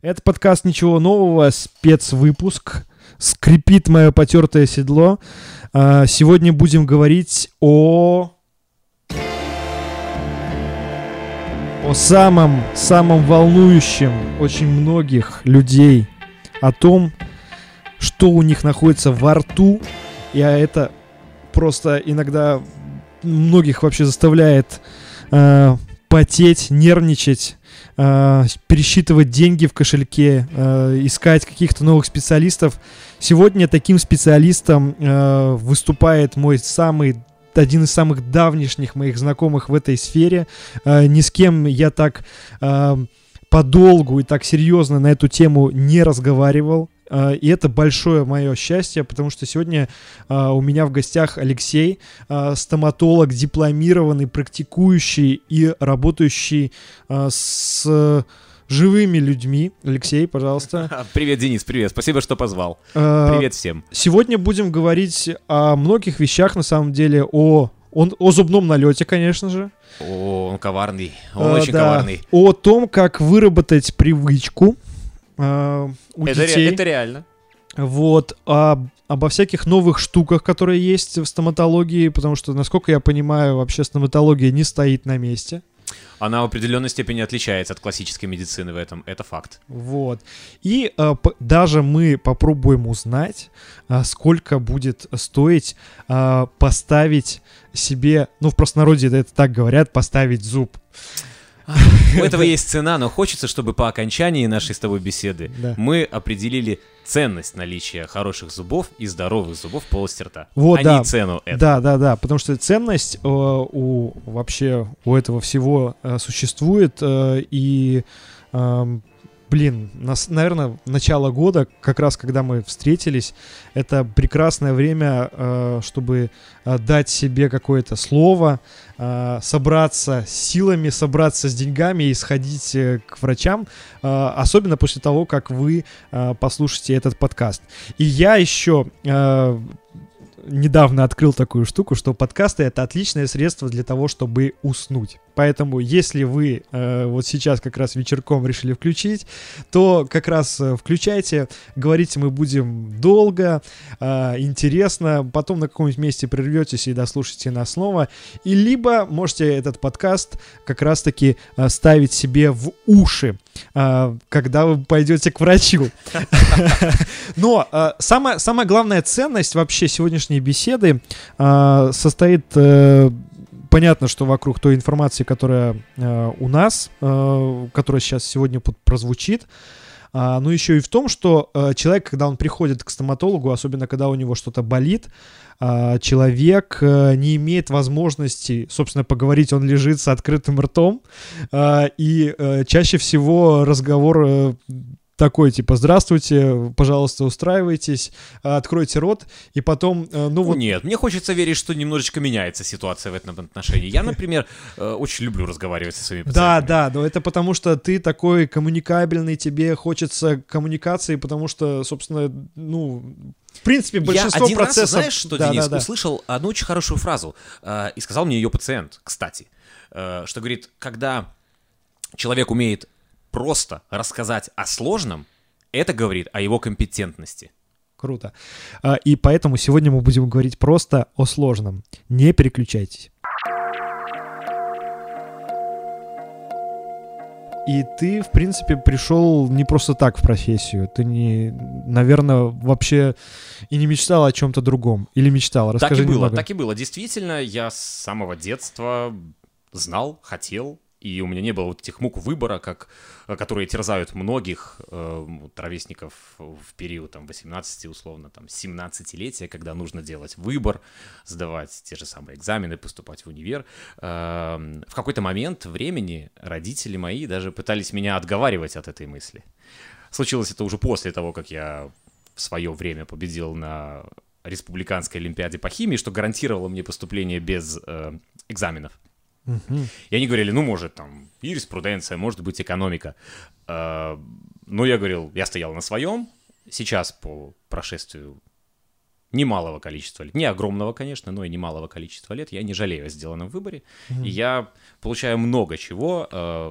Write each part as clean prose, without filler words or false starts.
Это подкаст «Ничего нового», спецвыпуск. Скрипит мое потертое седло. Сегодня будем говорить о самом волнующем очень многих людей. О том, что у них находится во рту. И это просто иногда многих вообще заставляет потеть, нервничать, пересчитывать деньги в кошельке, искать каких-то новых специалистов. Сегодня таким специалистом выступает один из самых давнишних моих знакомых в этой сфере. Ни с кем я так подолгу и так серьезно на эту тему не разговаривал. И это большое мое счастье, потому что сегодня у меня в гостях Алексей, стоматолог, дипломированный, практикующий и работающий с живыми людьми. Алексей, пожалуйста. Привет, Денис, привет. Спасибо, что позвал. Привет всем. Сегодня будем говорить о многих вещах, на самом деле, о зубном налете, конечно же. Он коварный, он очень коварный. О том, как выработать привычку у детей. Это реально. Вот, обо всяких новых штуках, которые есть в стоматологии, потому что, насколько я понимаю, вообще стоматология не стоит на месте. Она в определенной степени отличается от классической медицины в этом, это факт. Вот. И даже мы попробуем узнать, сколько будет стоить поставить себе, в простонародье это так говорят, поставить зуб. У этого есть цена, но хочется, чтобы по окончании нашей с тобой беседы мы определили ценность наличия хороших зубов и здоровых зубов в полости рта, не цену этого. Да, потому что ценность у этого всего существует, и наверное, начало года, как раз когда мы встретились, это прекрасное время, чтобы дать себе какое-то слово, собраться с силами, собраться с деньгами и сходить к врачам, особенно после того, как вы послушаете этот подкаст. И я еще недавно открыл такую штуку, что подкасты — это отличное средство для того, чтобы уснуть. Поэтому, если вы вот сейчас как раз вечерком решили включить, то как раз включайте. Говорить мы будем долго, интересно. Потом на каком-нибудь месте прерветесь и дослушаете нас снова. И либо можете этот подкаст как раз-таки ставить себе в уши, когда вы пойдете к врачу. Но самая главная ценность вообще сегодняшней беседы состоит... Понятно, что вокруг той информации, которая у нас, которая сейчас сегодня прозвучит, но еще и в том, что человек, когда он приходит к стоматологу, особенно когда у него что-то болит, человек не имеет возможности, собственно, поговорить, он лежит с открытым ртом, и чаще всего разговор... такой, типа, здравствуйте, пожалуйста, устраивайтесь, откройте рот, и потом, Нет, мне хочется верить, что немножечко меняется ситуация в этом отношении. Я, например, очень люблю разговаривать со своими пациентами. Да, но это потому, что ты такой коммуникабельный, тебе хочется коммуникации, потому что, собственно, в принципе, большинство процессов... Я один раз, знаешь что, Денис, услышал одну очень хорошую фразу, и сказал мне ее пациент, кстати, что говорит, когда человек умеет просто рассказать о сложном, это говорит о его компетентности. Круто. И поэтому сегодня мы будем говорить просто о сложном. Не переключайтесь. И ты, в принципе, пришел не просто так в профессию. Ты, наверное, вообще и не мечтал о чем-то другом. Или мечтал? Расскажи немного. Так и было. Действительно, я с самого детства знал, хотел. И у меня не было вот этих мук выбора, которые терзают многих ровесников в период 18, условно, 17-летия, когда нужно делать выбор, сдавать те же самые экзамены, поступать в универ. В какой-то момент времени родители мои даже пытались меня отговаривать от этой мысли. Случилось это уже после того, как я в свое время победил на республиканской олимпиаде по химии, что гарантировало мне поступление без экзаменов. И они говорили, может, юриспруденция, может быть, экономика. Но я говорил, я стоял на своем. Сейчас, по прошествию немалого количества лет. Не огромного, конечно, но и немалого количества лет. Я не жалею о сделанном выборе. И я получаю много чего,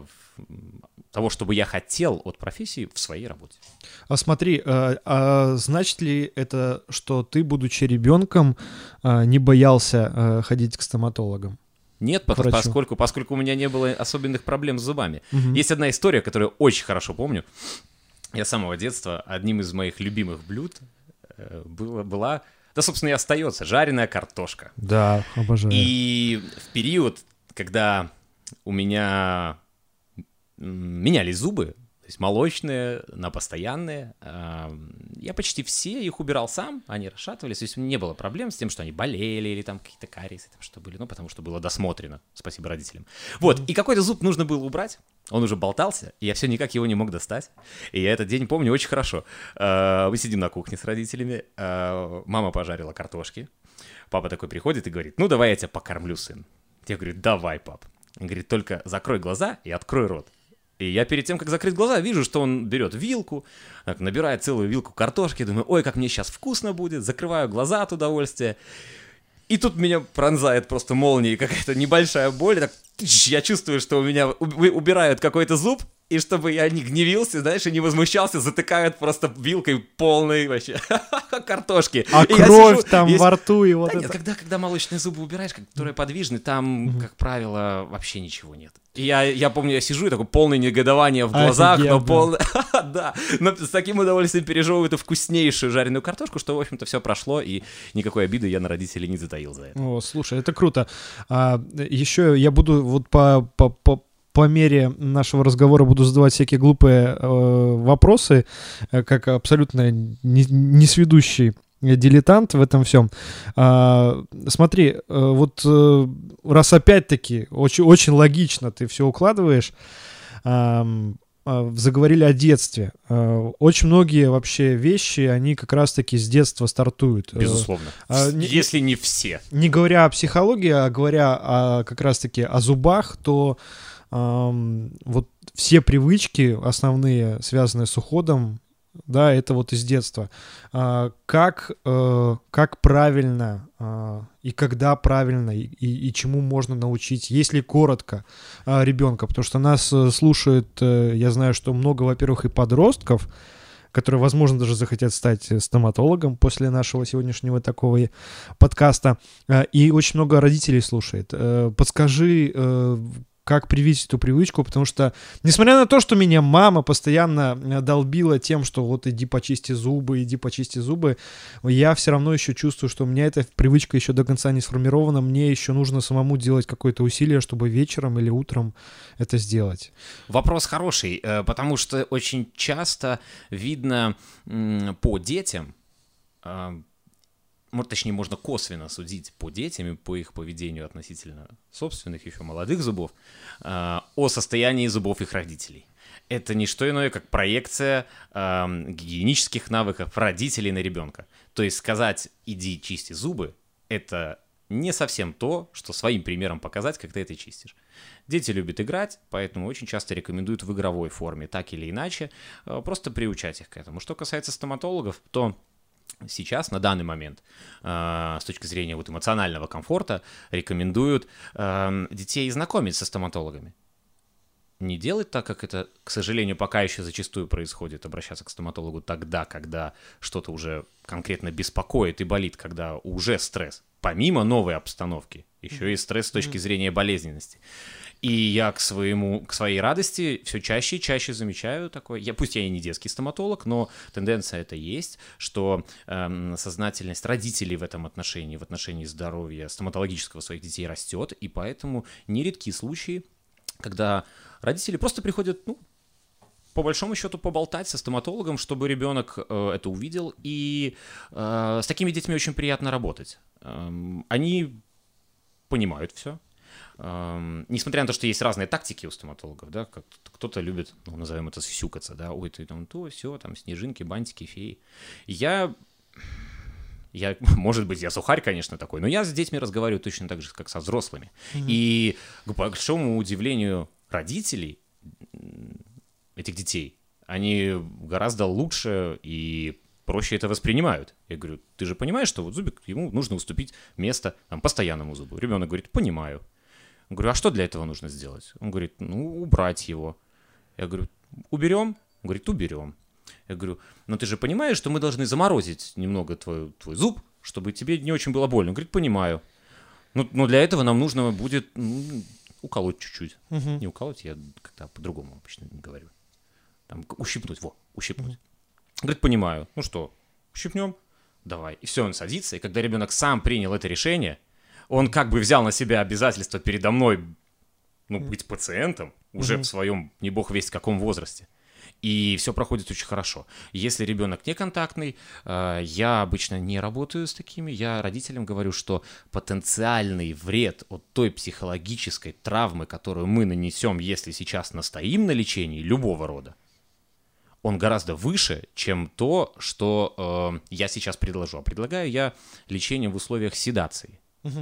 того, чтобы я хотел от профессии в своей работе. А смотри, значит ли это, что ты, будучи ребенком, не боялся ходить к стоматологам? Нет, поскольку у меня не было особенных проблем с зубами. Есть одна история, которую я очень хорошо помню. Я с самого детства, одним из моих любимых блюд была, да, собственно, и остается, жареная картошка. Да, обожаю. И в период, когда у меня менялись зубы, то есть молочные на постоянные, я почти все их убирал сам, они расшатывались, то есть не было проблем с тем, что они болели или там какие-то кариесы, там, что были, ну, потому что было досмотрено, спасибо родителям. Вот, и какой-то зуб нужно было убрать, он уже болтался, и я все никак его не мог достать, и я этот день помню очень хорошо. Мы сидим на кухне с родителями, мама пожарила картошки, папа такой приходит и говорит: ну, давай я тебя покормлю, сын. Я говорю: давай, пап. Он говорит: только закрой глаза и открой рот. И я перед тем, как закрыть глаза, вижу, что он берет вилку, так, набирает целую вилку картошки, думаю: ой, как мне сейчас вкусно будет, закрываю глаза от удовольствия. И тут меня пронзает просто молнией какая-то небольшая боль, так, я чувствую, что у меня убирают какой-то зуб, и чтобы я не гневился, знаешь, и не возмущался, затыкают просто вилкой полной вообще картошки. А и кровь сижу, там во рту и вот да это. нет, когда молочные зубы убираешь, которые подвижны, там, как правило, вообще ничего нет. И я помню, я сижу, и такое полное негодование в глазах, но полное... Да, но с таким удовольствием пережевываю эту вкуснейшую жареную картошку, что, в общем-то, все прошло, и никакой обиды я на родителей не затаил за это. О, слушай, это круто. Еще я буду вот по мере нашего разговора буду задавать всякие глупые вопросы, как абсолютно несведущий дилетант в этом всем. Смотри, вот раз опять-таки очень, очень логично ты все укладываешь, заговорили о детстве. Очень многие вообще вещи, они как раз-таки с детства стартуют. Безусловно. Если не все. Не говоря о психологии, а говоря как раз-таки о зубах, то вот все привычки основные, связанные с уходом, да, это вот из детства. Как правильно и когда правильно, и чему можно научить, если коротко, ребенка? Потому что нас слушают, я знаю, что много, во-первых, и подростков, которые, возможно, даже захотят стать стоматологом после нашего сегодняшнего такого подкаста, и очень много родителей слушает. Подскажи, как привить эту привычку, потому что, несмотря на то, что меня мама постоянно долбила тем, что вот иди почисти зубы, я все равно еще чувствую, что у меня эта привычка еще до конца не сформирована, мне еще нужно самому делать какое-то усилие, чтобы вечером или утром это сделать. Вопрос хороший, потому что очень часто видно по детям, точнее, можно косвенно судить по детям и по их поведению относительно собственных, еще молодых зубов, о состоянии зубов их родителей. Это не что иное, как проекция гигиенических навыков родителей на ребенка. То есть сказать «иди чисти зубы» — это не совсем то, что своим примером показать, как ты это чистишь. Дети любят играть, поэтому очень часто рекомендуют в игровой форме, так или иначе, просто приучать их к этому. Что касается стоматологов, то сейчас, на данный момент, с точки зрения вот эмоционального комфорта, рекомендуют детей знакомить со стоматологами. Не делать так, как это, к сожалению, пока еще зачастую происходит, обращаться к стоматологу тогда, когда что-то уже конкретно беспокоит и болит, когда уже стресс, помимо новой обстановки, еще и стресс с точки зрения болезненности. И я к своей радости все чаще и чаще замечаю такое. Пусть я и не детский стоматолог, но тенденция это есть, что сознательность родителей в этом отношении, в отношении здоровья стоматологического своих детей растет, и поэтому нередки случаи, когда родители просто приходят, по большому счету, поболтать со стоматологом, чтобы ребенок это увидел, и с такими детьми очень приятно работать. Они понимают все. Несмотря на то, что есть разные тактики у стоматологов, да, как кто-то любит, назовем это, сюсюкаться, да, ой, ты там то, все, там снежинки, бантики, феи. Я, может быть, я сухарь, конечно, такой, но я с детьми разговариваю точно так же, как со взрослыми. И, к большому удивлению родителей этих детей, они гораздо лучше и проще это воспринимают. Я говорю, ты же понимаешь, что вот зубик, ему нужно уступить место там, постоянному зубу. Ребенок говорит, понимаю. Я говорю, а что для этого нужно сделать? Он говорит, ну, убрать его. Я говорю, уберем? Он говорит, уберем. Я говорю, но ты же понимаешь, что мы должны заморозить немного твой зуб, чтобы тебе не очень было больно. Он говорит, понимаю. Но для этого нам нужно будет уколоть чуть-чуть. Не уколоть, я как-то по-другому обычно говорю. Там, ущипнуть, ущипнуть. Говорит, понимаю. Ну что, ущипнем? Давай. И все, он садится. И когда ребенок сам принял это решение, он как бы взял на себя обязательство передо мной, быть пациентом уже в своем, не бог весть каком возрасте. И все проходит очень хорошо. Если ребенок неконтактный, я обычно не работаю с такими. Я родителям говорю, что потенциальный вред от той психологической травмы, которую мы нанесем, если сейчас настоим на лечении любого рода, он гораздо выше, чем то, что я сейчас предложу. А предлагаю я лечение в условиях седации.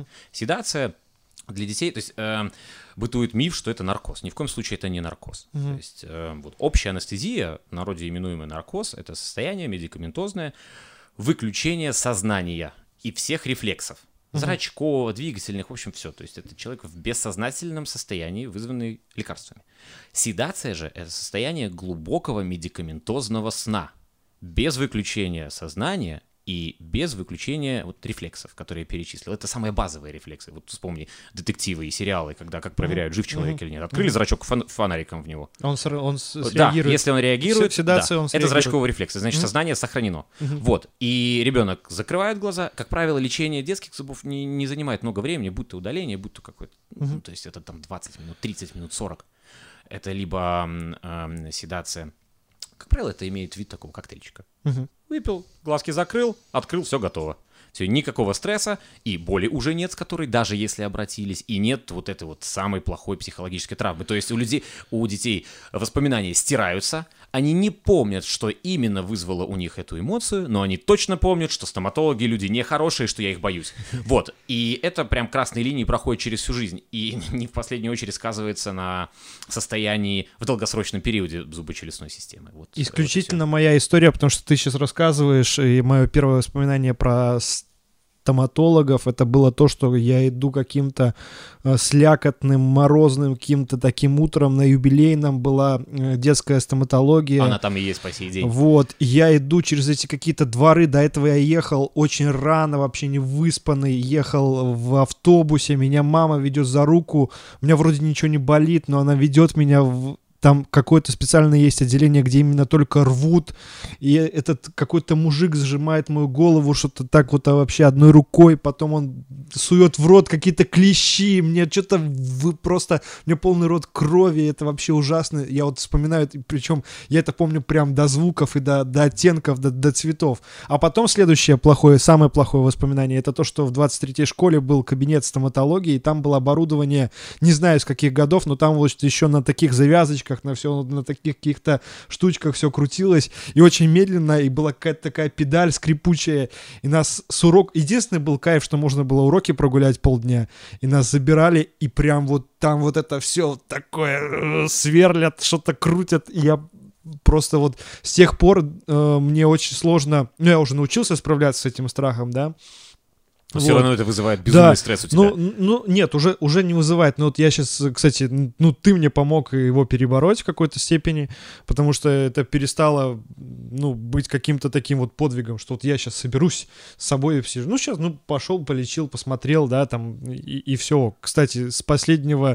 Седация для детей, то есть бытует миф, что это наркоз. Ни в коем случае это не наркоз. То есть вот общая анестезия, в народе именуемый наркоз, это состояние медикаментозное выключение сознания и всех рефлексов. Зрачков, двигательных, в общем, все. То есть это человек в бессознательном состоянии, вызванный лекарствами. Седация же — это состояние глубокого медикаментозного сна, без выключения сознания и без выключения рефлексов, которые я перечислил. Это самые базовые рефлексы. Вот вспомни детективы и сериалы, когда как проверяют, жив человек или нет. Открыли зрачок фонариком в него. Он среагирует. Да, если он реагирует, седация, он это зрачковый рефлекс. Значит, сознание сохранено. Вот. И ребенок закрывает глаза. Как правило, лечение детских зубов не занимает много времени, будь то удаление, будь то какое-то... то есть это там 20 минут, 30 минут, 40. Это либо седация. Как правило, это имеет вид такого коктейльчика. Выпил, глазки закрыл, открыл, все готово. Все, никакого стресса, и боли уже нет, с которой, даже если обратились, и нет вот этой вот самой плохой психологической травмы. То есть у детей воспоминания стираются, они не помнят, что именно вызвало у них эту эмоцию, но они точно помнят, что стоматологи люди нехорошие, что я их боюсь. Вот, и это прям красной линией проходит через всю жизнь, и не в последнюю очередь сказывается на состоянии в долгосрочном периоде зубочелюстной системы. Вот, исключительно моя история, потому что ты сейчас рассказываешь, и мое первое воспоминание про стоматологов, это было то, что я иду каким-то слякотным, морозным, каким-то таким утром на юбилейном, была детская стоматология. Она там и есть по сей день. Вот, я иду через эти какие-то дворы, до этого я ехал очень рано, вообще не выспанный, ехал в автобусе, меня мама ведет за руку, у меня вроде ничего не болит, но она ведет меня там какое-то специальное есть отделение, где именно только рвут, и этот какой-то мужик сжимает мою голову, что-то так вот вообще одной рукой, потом он сует в рот какие-то клещи, мне что-то просто, мне полный рот крови, это вообще ужасно, я вот вспоминаю, причем я это помню прям до звуков и до оттенков, до цветов. А потом следующее самое плохое воспоминание, это то, что в 23-й школе был кабинет стоматологии, и там было оборудование, не знаю с каких годов, но там вот еще на таких завязочках, на таких каких-то штучках все крутилось, и очень медленно, и была какая-то такая педаль скрипучая, и нас с единственный был кайф, что можно было уроки прогулять полдня, и нас забирали, и прям вот там вот это все такое сверлят, что-то крутят, и я просто вот с тех пор мне очень сложно, я уже научился справляться с этим страхом, да. Но все равно это вызывает безумный стресс у тебя. Нет, уже не вызывает. Но вот я сейчас, кстати, ты мне помог его перебороть в какой-то степени, потому что это перестало, быть каким-то таким вот подвигом, что вот я сейчас соберусь с собой и посижу. Сейчас, пошел, полечил, посмотрел, да, там, и все. Кстати, с последнего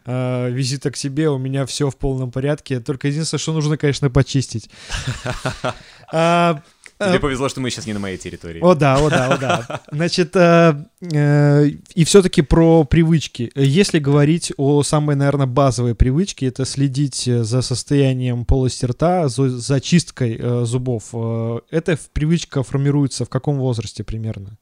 визита к себе у меня все в полном порядке. Только единственное, что нужно, конечно, почистить. Тебе повезло, что мы сейчас не на моей территории. О да. Значит, и все-таки про привычки. Если говорить о самой, наверное, базовой привычке, это следить за состоянием полости рта, за чисткой зубов. Эта привычка формируется в каком возрасте примерно?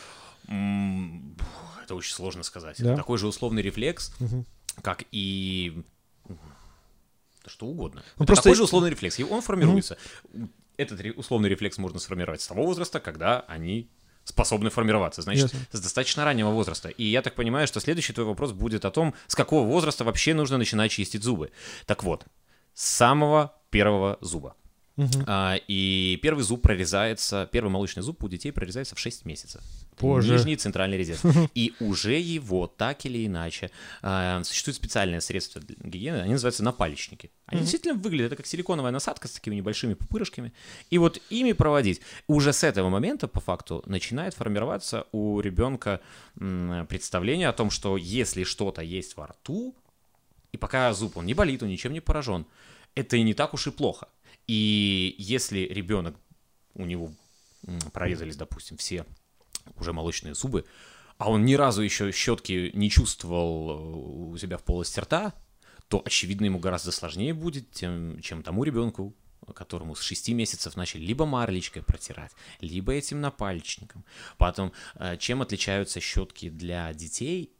Это очень сложно сказать. Да? Это такой же условный рефлекс, как и... что угодно. Просто... Такой же условный рефлекс. И он формируется. Этот условный рефлекс можно сформировать с того возраста, когда они способны формироваться. Значит, с достаточно раннего возраста. И я так понимаю, что следующий твой вопрос будет о том, с какого возраста вообще нужно начинать чистить зубы. Так вот, с самого первого зуба. И первый зуб прорезается, первый молочный зуб у детей прорезается в 6 месяцев. Боже. Нижний центральный резец. И уже его, так или иначе, существует специальное средство для гигиены, они называются напальчники. Они действительно выглядят, это как силиконовая насадка с такими небольшими пупырышками. И вот ими проводить. Уже с этого момента, по факту, начинает формироваться у ребенка представление о том, что если что-то есть во рту, и пока зуб он не болит, он ничем не поражен, это и не так уж и плохо. И если ребенок, у него прорезались, допустим, все уже молочные зубы, а он ни разу еще щетки не чувствовал у себя в полости рта, то, очевидно, ему гораздо сложнее будет, чем тому ребенку, которому с 6 месяцев начали либо марлечкой протирать, либо этим напальчником. Потом, чем отличаются щетки для детей,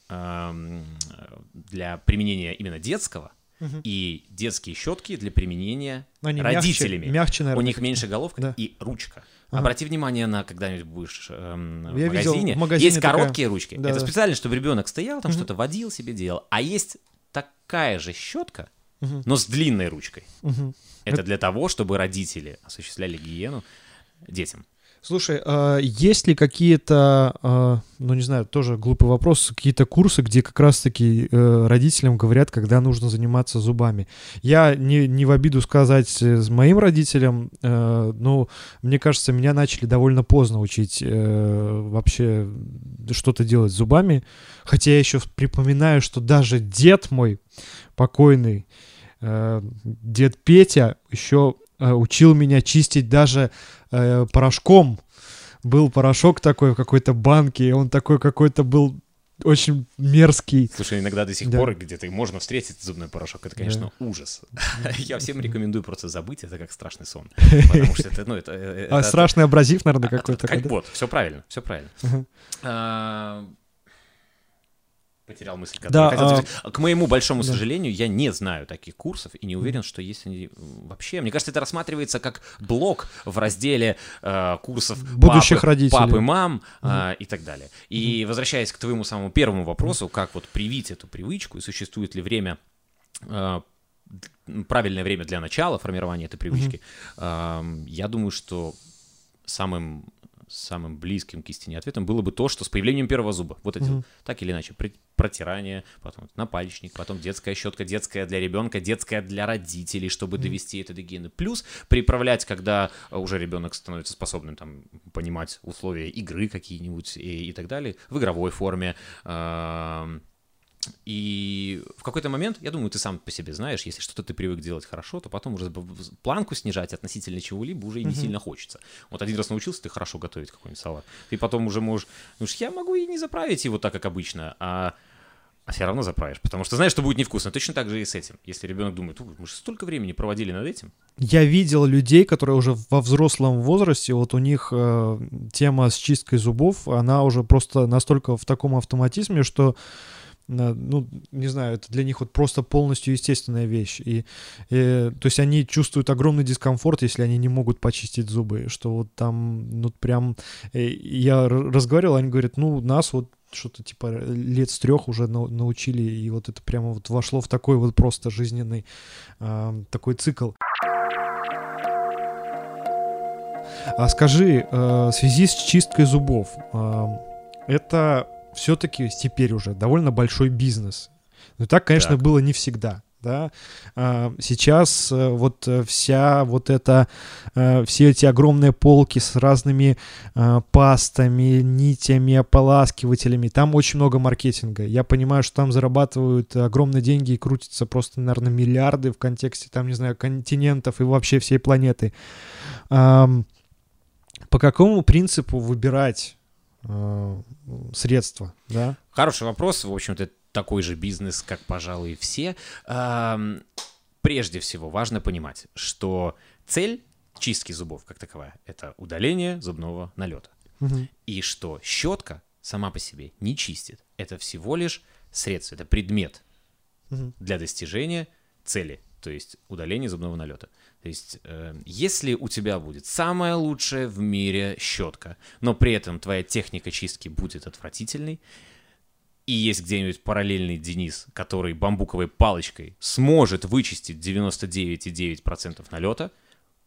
для применения именно детского, и детские щетки для применения родителями. Мягче, наверное, у них меньше головка и ручка. Обрати внимание на, когда-нибудь будешь в магазине, есть короткие ручки. Да, это специально, чтобы ребенок стоял, там что-то водил себе, делал. А есть такая же щетка, но с длинной ручкой. Это для того, чтобы родители осуществляли гигиену детям. Слушай, есть ли какие-то, ну не знаю, тоже глупый вопрос, какие-то курсы, где как раз-таки родителям говорят, когда нужно заниматься зубами? Я не в обиду сказать моим родителям, но мне кажется, меня начали довольно поздно учить вообще что-то делать с зубами, хотя я еще припоминаю, что даже дед мой покойный, дед Петя, еще учил меня чистить даже порошком. Был порошок такой в какой-то банке, и он такой какой-то был очень мерзкий. Слушай, иногда до сих пор где-то и можно встретить зубной порошок. Это, конечно, ужас. Я всем рекомендую просто забыть, это как страшный сон. Потому что это, это страшный абразив, наверное, какой-то. Вот, все правильно, все правильно. Потерял мысль, которую хотел сказать. К моему большому сожалению, я не знаю таких курсов и не уверен, что есть они вообще. Мне кажется, это рассматривается как блок в разделе курсов будущих родителей, папы, мам и так далее. И возвращаясь к твоему самому первому вопросу, как вот привить эту привычку и существует ли время, правильное время для начала формирования этой привычки, я думаю, что самым близким к истине ответом было бы то, что с появлением первого зуба, вот эти так или иначе, протирание, потом напальчник, потом детская щетка, детская для ребенка, детская для родителей, чтобы довести это до гигиены. Плюс приправлять, когда уже ребенок становится способным там понимать условия игры какие-нибудь и так далее, в игровой форме. И в какой-то момент, я думаю, ты сам по себе знаешь, если что-то ты привык делать хорошо, то потом уже планку снижать относительно чего-либо уже и не сильно хочется. Вот один раз научился ты хорошо готовить какой-нибудь салат, ты потом уже можешь, я могу и не заправить его так, как обычно, а все равно заправишь, потому что знаешь, что будет невкусно. Точно так же и с этим. Если ребенок думает, мы же столько времени проводили над этим. Я видел людей, которые уже во взрослом возрасте, вот у них тема с чисткой зубов, она уже просто настолько в таком автоматизме, что ну, не знаю, это для них вот просто полностью естественная вещь. То есть они чувствуют огромный дискомфорт, если они не могут почистить зубы, что вот там, ну, прям... Я разговаривал, они говорят, ну, нас вот что-то типа лет с 3 уже научили, и вот это прямо вот вошло в такой вот просто жизненный такой цикл. А скажи, в связи с чисткой зубов, это... все-таки теперь уже довольно большой бизнес. Но так, конечно, было не всегда. Да? Сейчас вот вся вот эта, все эти огромные полки с разными пастами, нитями, ополаскивателями, там очень много маркетинга. Я понимаю, что там зарабатывают огромные деньги и крутятся просто, наверное, миллиарды в контексте, там, не знаю, континентов и вообще всей планеты. По какому принципу выбирать средства, да? Хороший вопрос. В общем-то, такой же бизнес, как, пожалуй, все. Прежде всего, важно понимать, что цель чистки зубов, как таковая, это удаление зубного налета. И что щетка сама по себе не чистит. Это всего лишь средство, это предмет для достижения цели, то есть удаление зубного налета. То есть, если у тебя будет самая лучшая в мире щетка, но при этом твоя техника чистки будет отвратительной, и есть где-нибудь параллельный Денис, который бамбуковой палочкой сможет вычистить 99,9% налета,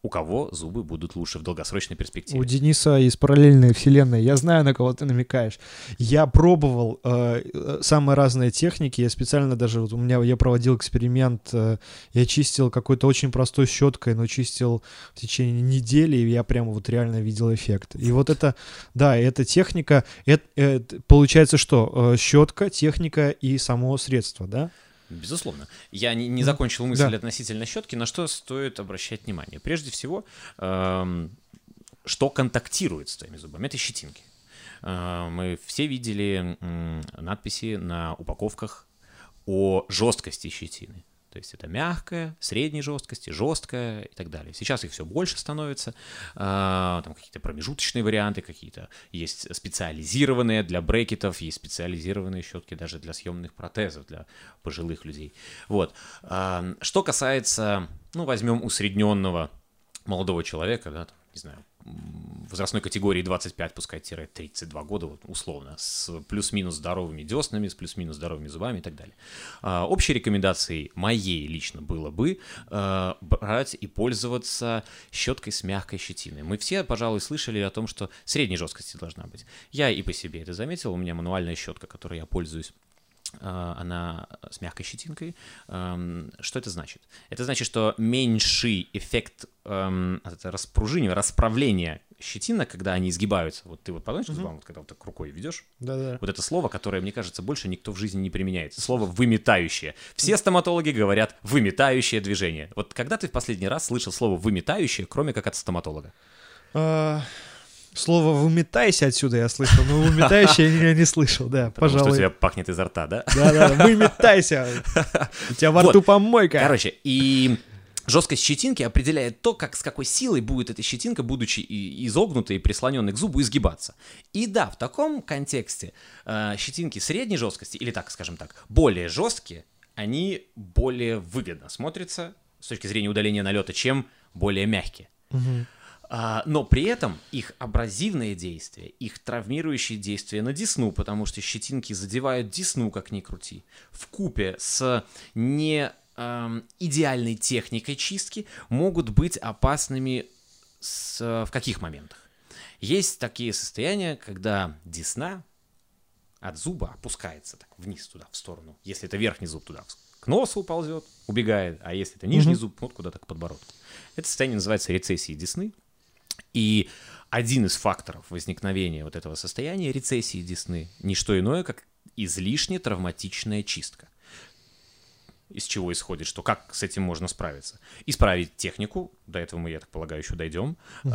у кого зубы будут лучше в долгосрочной перспективе. У Дениса из параллельной вселенной. Я знаю, на кого ты намекаешь. Я пробовал самые разные техники. Я специально даже... Вот я проводил эксперимент. Я чистил какой-то очень простой щеткой, но чистил в течение недели, и я прямо вот реально видел эффект. И вот это... Да, эта техника... получается что? Щетка, техника и само средство, да? Безусловно. Я не закончил мысль относительно щетки, на что стоит обращать внимание. Прежде всего, что контактирует с твоими зубами, это щетинки. Мы все видели надписи на упаковках о жесткости щетины. То есть это мягкая, средней жесткости, жесткая и так далее. Сейчас их все больше становится. Там какие-то промежуточные варианты, какие-то есть специализированные для брекетов, есть специализированные щетки даже для съемных протезов, для пожилых людей. Вот. Что касается, возьмем усредненного молодого человека, да, там, не знаю, возрастной категории 25, пускай 32 года, вот, условно, с плюс-минус здоровыми деснами, с плюс-минус здоровыми зубами и так далее. Общей рекомендацией моей лично было бы брать и пользоваться щеткой с мягкой щетиной. Мы все, пожалуй, слышали о том, что средней жесткости должна быть. Я и по себе это заметил, у меня мануальная щетка, которой я пользуюсь, она с мягкой щетинкой. Что это значит? Это значит, что меньший эффект распружинивания, расправления щетинок, когда они изгибаются. Вот ты вот подумаешь, вот, когда вот так рукой ведешь, вот это слово, которое, мне кажется, больше никто в жизни не применяет. Слово «выметающее». Все стоматологи говорят «выметающее движение». Вот когда ты в последний раз слышал слово «выметающее», кроме как от стоматолога? Слово «выметайся» отсюда я слышал, но «выметающее» я не слышал, да, Потому пожалуй. что у тебя пахнет изо рта, да? Да-да, выметайся, у тебя во рту помойка. Короче, и жесткость щетинки определяет то, с какой силой будет эта щетинка, будучи изогнутой и прислоненной к зубу, изгибаться. И да, в таком контексте щетинки средней жесткости, или так, скажем так, более жесткие, они более выгодно смотрятся с точки зрения удаления налета, чем более мягкие. Но при этом их абразивное действие, их травмирующие действия на десну, потому что щетинки задевают десну, как ни крути, вкупе с не идеальной техникой чистки могут быть опасными в каких моментах? Есть такие состояния, когда десна от зуба опускается так вниз туда, в сторону. Если это верхний зуб, туда к носу ползет, убегает, а если это нижний зуб, вот куда-то к подбородку. Это состояние называется рецессией десны. И один из факторов возникновения вот этого состояния рецессии десны — не что иное, как излишне травматичная чистка. Из чего исходит, что как с этим можно справиться? Исправить технику, до этого мы, я так полагаю, еще дойдем,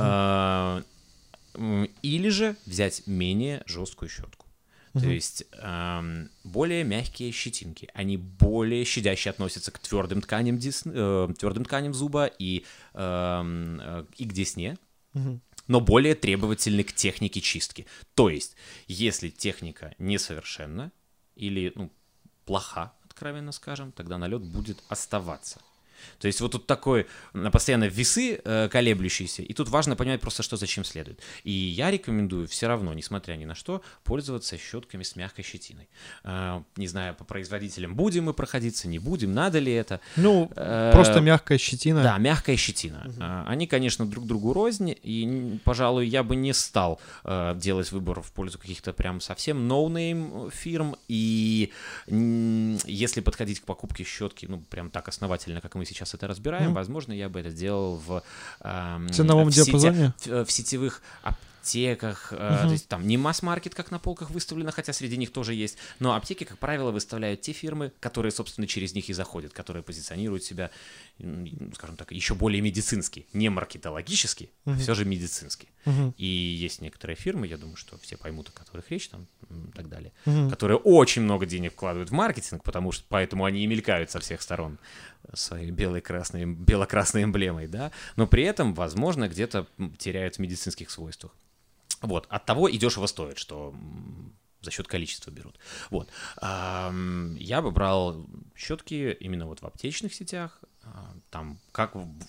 или же взять менее жесткую щетку. То есть более мягкие щетинки, они более щадяще относятся к твердым тканям зуба и к десне, но более требовательны к технике чистки. То есть, если техника несовершенна или плоха, откровенно скажем, тогда налет будет оставаться. То есть вот тут такой постоянно весы колеблющиеся, и тут важно понимать просто, что зачем следует. И я рекомендую все равно, несмотря ни на что, пользоваться щетками с мягкой щетиной. Не знаю, по производителям будем мы проходиться, не будем, надо ли это. Просто мягкая щетина. Да, мягкая щетина. Они, конечно, друг другу рознь, и, пожалуй, я бы не стал делать выбор в пользу каких-то прям совсем ноунейм фирм, и если подходить к покупке щетки, прям так основательно, как мы сейчас это разбираем, возможно, я бы это сделал в ценовом диапазоне, в сетевых аптеках, то есть там не масс-маркет, как на полках выставлено, хотя среди них тоже есть, но аптеки, как правило, выставляют те фирмы, которые, собственно, через них и заходят, которые позиционируют себя, скажем так, еще более медицински, не маркетологически, а все же медицински. И есть некоторые фирмы, я думаю, что все поймут, о которых речь там и так далее, которые очень много денег вкладывают в маркетинг, поэтому они и мелькают со всех сторон своей бело-красной эмблемой, да, но при этом, возможно, где-то теряют в медицинских свойствах. Вот, от того и дешево стоит, что за счет количества берут. Вот. Я бы брал щетки именно вот в аптечных сетях, там, как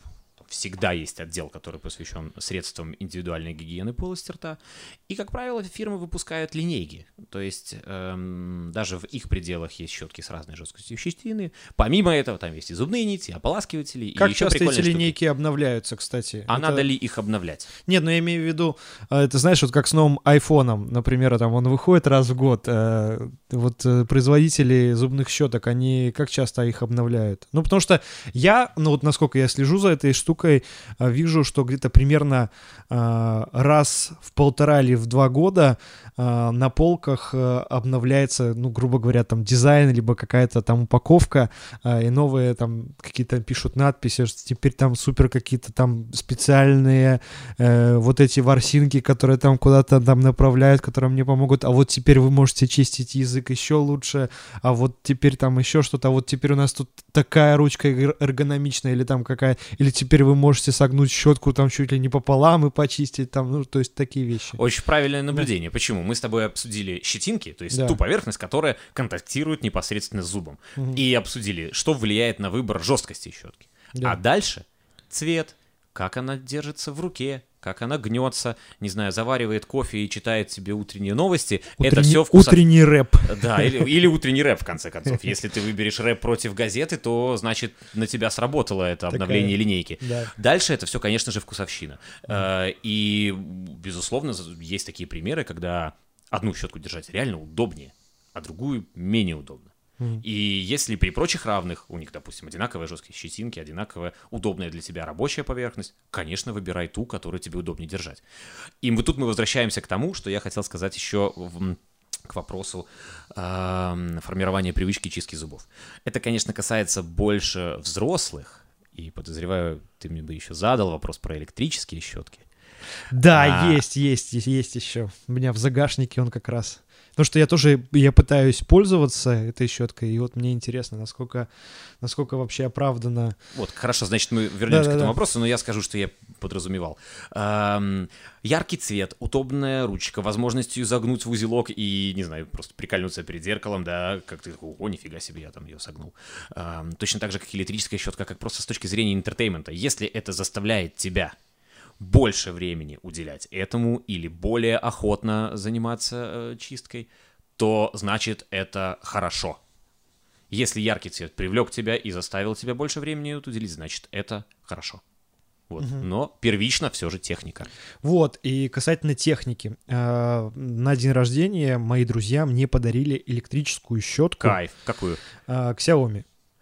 всегда есть отдел, который посвящен средствам индивидуальной гигиены полости рта. И, как правило, фирмы выпускают линейки. То есть даже в их пределах есть щетки с разной жесткостью щетины. Помимо этого, там есть и зубные нити, и ополаскиватели. Как и еще часто эти штуки. линейки обновляются, кстати? А надо ли их обновлять? Нет, ну я имею в виду, это знаешь, вот как с новым айфоном, например, там он выходит раз в год. Вот производители зубных щеток, они как часто их обновляют? Ну, потому что я, ну вот насколько я слежу за этой штукой, вижу, что где-то примерно раз в 1,5 или в 2 года на полках обновляется, ну, грубо говоря, там дизайн, либо какая-то там упаковка, и новые там какие-то пишут надписи, что теперь там супер какие-то там специальные вот эти ворсинки, которые там куда-то там направляют, которые мне помогут, а вот теперь вы можете чистить язык еще лучше, а вот теперь там еще что-то, а вот теперь у нас тут такая ручка эргономичная, или там какая, или теперь вы можете согнуть щетку там чуть ли не пополам и почистить там, ну, то есть такие вещи. Очень правильное наблюдение. Да. Почему? Мы с тобой обсудили щетинки, то есть ту поверхность, которая контактирует непосредственно с зубом, и обсудили, что влияет на выбор жесткости щетки. Да. А дальше цвет, как она держится в руке, как она гнется, не знаю, заваривает кофе и читает себе утренние новости. Это все утренний рэп. Да, или утренний рэп, в конце концов. Если ты выберешь рэп против газеты, то, значит, на тебя сработало это обновление линейки. Да. Дальше это все, конечно же, вкусовщина. И, безусловно, есть такие примеры, когда одну щетку держать реально удобнее, а другую менее удобно. И если при прочих равных, у них, допустим, одинаковые жесткие щетинки, одинаковая удобная для тебя рабочая поверхность, конечно, выбирай ту, которую тебе удобнее держать. И тут мы возвращаемся к тому, что я хотел сказать еще к вопросу формирования привычки чистки зубов. Это, конечно, касается больше взрослых, и, подозреваю, ты мне бы еще задал вопрос про электрические щетки. Да, есть еще. У меня в загашнике он как раз... Потому что я пытаюсь пользоваться этой щеткой, и вот мне интересно, насколько вообще оправдано. Вот, хорошо, значит, мы вернемся к этому вопросу, но я скажу, что я подразумевал. Яркий цвет, удобная ручка, возможность ее загнуть в узелок и, не знаю, просто прикольнуться перед зеркалом, да, как ты такой, о, нифига себе, я там ее согнул. Точно так же, как электрическая щетка, как просто с точки зрения интертеймента. Если это заставляет тебя больше времени уделять этому или более охотно заниматься чисткой, то значит это хорошо. Если яркий цвет привлек тебя и заставил тебя больше времени уделить, значит это хорошо. Вот. Но первично все же техника. Вот, и касательно техники. На день рождения мои друзья мне подарили электрическую щетку. Кайф. Какую? Xiaomi.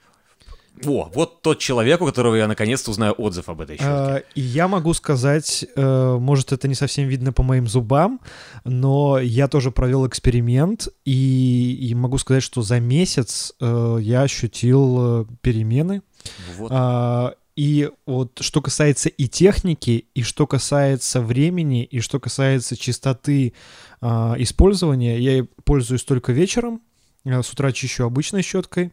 Вот тот человек, у которого я наконец-то узнаю отзыв об этой щетке. И я могу сказать, может, это не совсем видно по моим зубам, но я тоже провел эксперимент, и могу сказать, что за месяц я ощутил перемены. Вот. И вот что касается и техники, и что касается времени, и что касается частоты использования, я пользуюсь только вечером, с утра чищу обычной щеткой.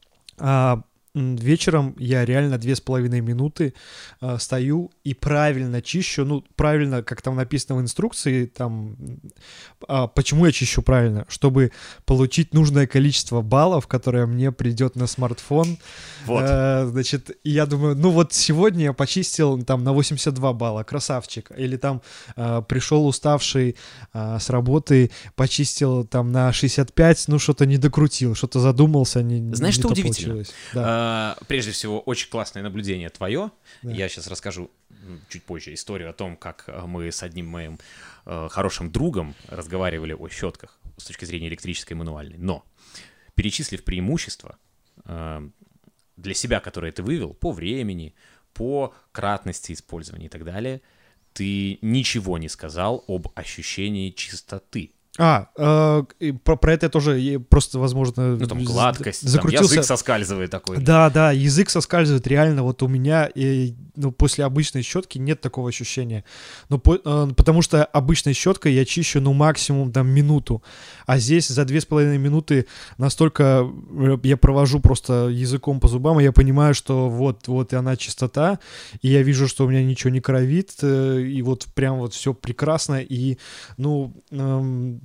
Вечером я реально 2,5 минуты стою и правильно чищу, ну, правильно, как там написано в инструкции, там, почему я чищу правильно? Чтобы получить нужное количество баллов, которое мне придет на смартфон. Вот. Значит, я думаю, ну вот сегодня я почистил там на 82 балла, красавчик. Или там пришел уставший с работы, почистил там на 65, ну что-то не докрутил, что-то задумался, Знаешь, что удивительно? Получилось. Да. Прежде всего, очень классное наблюдение твое. Да. Я сейчас расскажу чуть позже историю о том, как мы с одним моим хорошим другом разговаривали о щетках с точки зрения электрической и мануальной. Но, перечислив преимущества для себя, которые ты вывел, по времени, по кратности использования и так далее, ты ничего не сказал об ощущении чистоты. Про это я тоже просто, возможно, ну, там гладкость, закрутился. Там язык соскальзывает такой. Да, язык соскальзывает, реально, вот у меня, после обычной щетки нет такого ощущения. Потому что обычной щеткой я чищу, максимум там минуту, а здесь за 2,5 минуты настолько я провожу просто языком по зубам, и я понимаю, что вот и она чистота, и я вижу, что у меня ничего не кровит, и вот прям вот все прекрасно, и,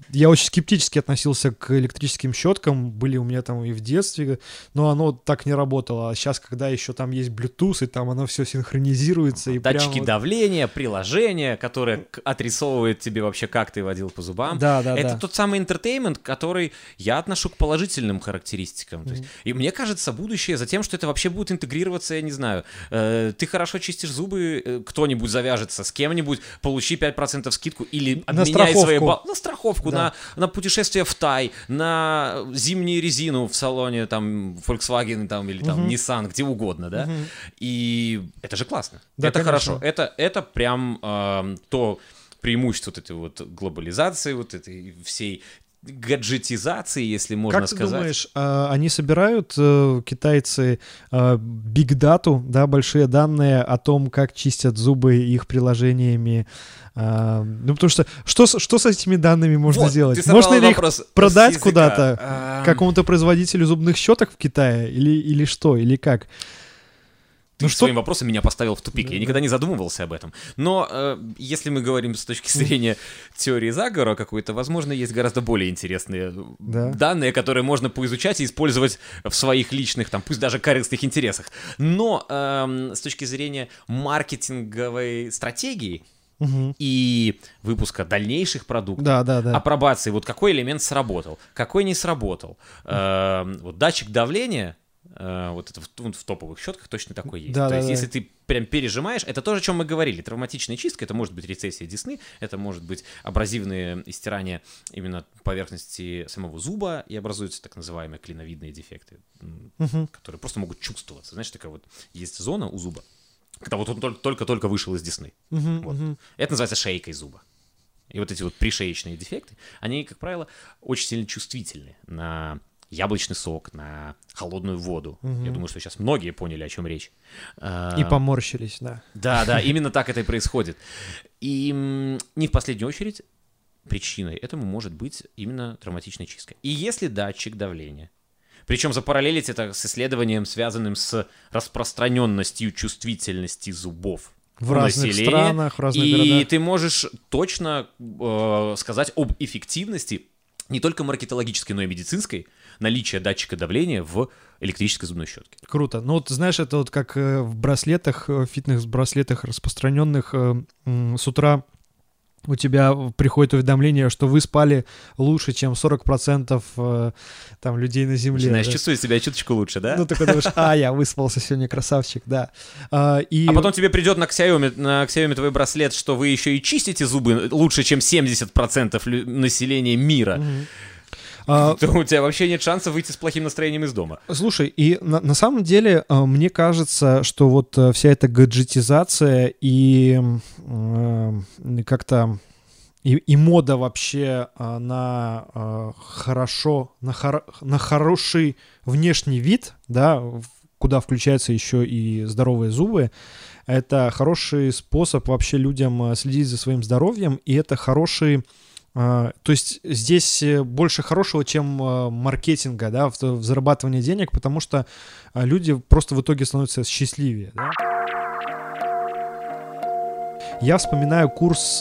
я очень скептически относился к электрическим щеткам, были у меня там и в детстве, но оно так не работало. А сейчас, когда еще там есть Bluetooth, и там оно все синхронизируется. И датчики прям давления, приложение, которое отрисовывает тебе вообще, как ты водил по зубам. Да. Это тот самый entertainment, который я отношу к положительным характеристикам. То есть, и мне кажется, будущее за тем, что это вообще будет интегрироваться, я не знаю. Ты хорошо чистишь зубы, кто-нибудь завяжется с кем-нибудь, получи 5% скидку или обменяй свои баллы на страховку, Да. на путешествие в Тай, на зимнюю резину в салоне там Volkswagen там, или там Nissan, где угодно, да? И это же классно. Да, это конечно. хорошо. Это прям то преимущество вот этой вот глобализации, вот этой всей гаджетизации, если можно как сказать. ты думаешь, они собирают, китайцы, биг-дату, да, большие данные о том, как чистят зубы их приложениями? Ну, потому что с этими данными можно Вот, сделать? ты собрал Можно ли их вопрос продать с языка. куда-то какому-то производителю зубных щеток в Китае? Или что? Или как? Ты что? своим вопросом меня поставил в тупик. Я никогда не задумывался об этом. Но если мы говорим с точки зрения теории заговора какой-то, возможно, есть гораздо более интересные данные, которые можно поизучать и использовать в своих личных, там, пусть даже корыстных интересах. Но с точки зрения маркетинговой стратегии и выпуска дальнейших продуктов, апробации, вот какой элемент сработал, какой не сработал. Вот датчик давления, вот это в топовых щетках точно такой есть. То есть, если ты прям пережимаешь, это то, о чем мы говорили. Травматичная чистка, это может быть рецессия десны, это может быть абразивные истирания именно поверхности самого зуба, и образуются так называемые клиновидные дефекты, которые просто могут чувствоваться. Знаешь, такая вот есть зона у зуба, когда вот он только-только вышел из десны. Вот. Это называется шейкой зуба. И вот эти вот пришеечные дефекты, они, как правило, очень сильно чувствительны на яблочный сок, на холодную воду. Я думаю, что сейчас многие поняли, о чем речь. И поморщились, да. Да, именно так это и происходит. И не в последнюю очередь причиной этому может быть именно травматичная чистка. И если датчик давления, причем запараллелить это с исследованием, связанным с распространенностью чувствительности зубов в разных странах, в разных городах. И ты можешь точно сказать об эффективности не только маркетологической, но и медицинской наличия датчика давления в электрической зубной щетке. Круто. Ну вот знаешь, это вот как в браслетах, фитнес-браслетах распространенных с утра у тебя приходит уведомление, что вы спали лучше, чем 40% там людей на Земле. Начинаешь чувствовать себя чуточку лучше, да? Ну, такой думаешь, я выспался сегодня, красавчик, да. А потом тебе придет на Xiaomi твой браслет, что вы еще и чистите зубы лучше, чем 70% населения мира. То у тебя вообще нет шанса выйти с плохим настроением из дома. Слушай, и на самом деле мне кажется, что вот вся эта гаджетизация и как-то и мода вообще на хороший внешний вид, да, куда включаются еще и здоровые зубы, это хороший способ вообще людям следить за своим здоровьем, и это хороший... То есть здесь больше хорошего, чем маркетинга, да, в зарабатывании денег, потому что люди просто в итоге становятся счастливее. Да? Я вспоминаю курс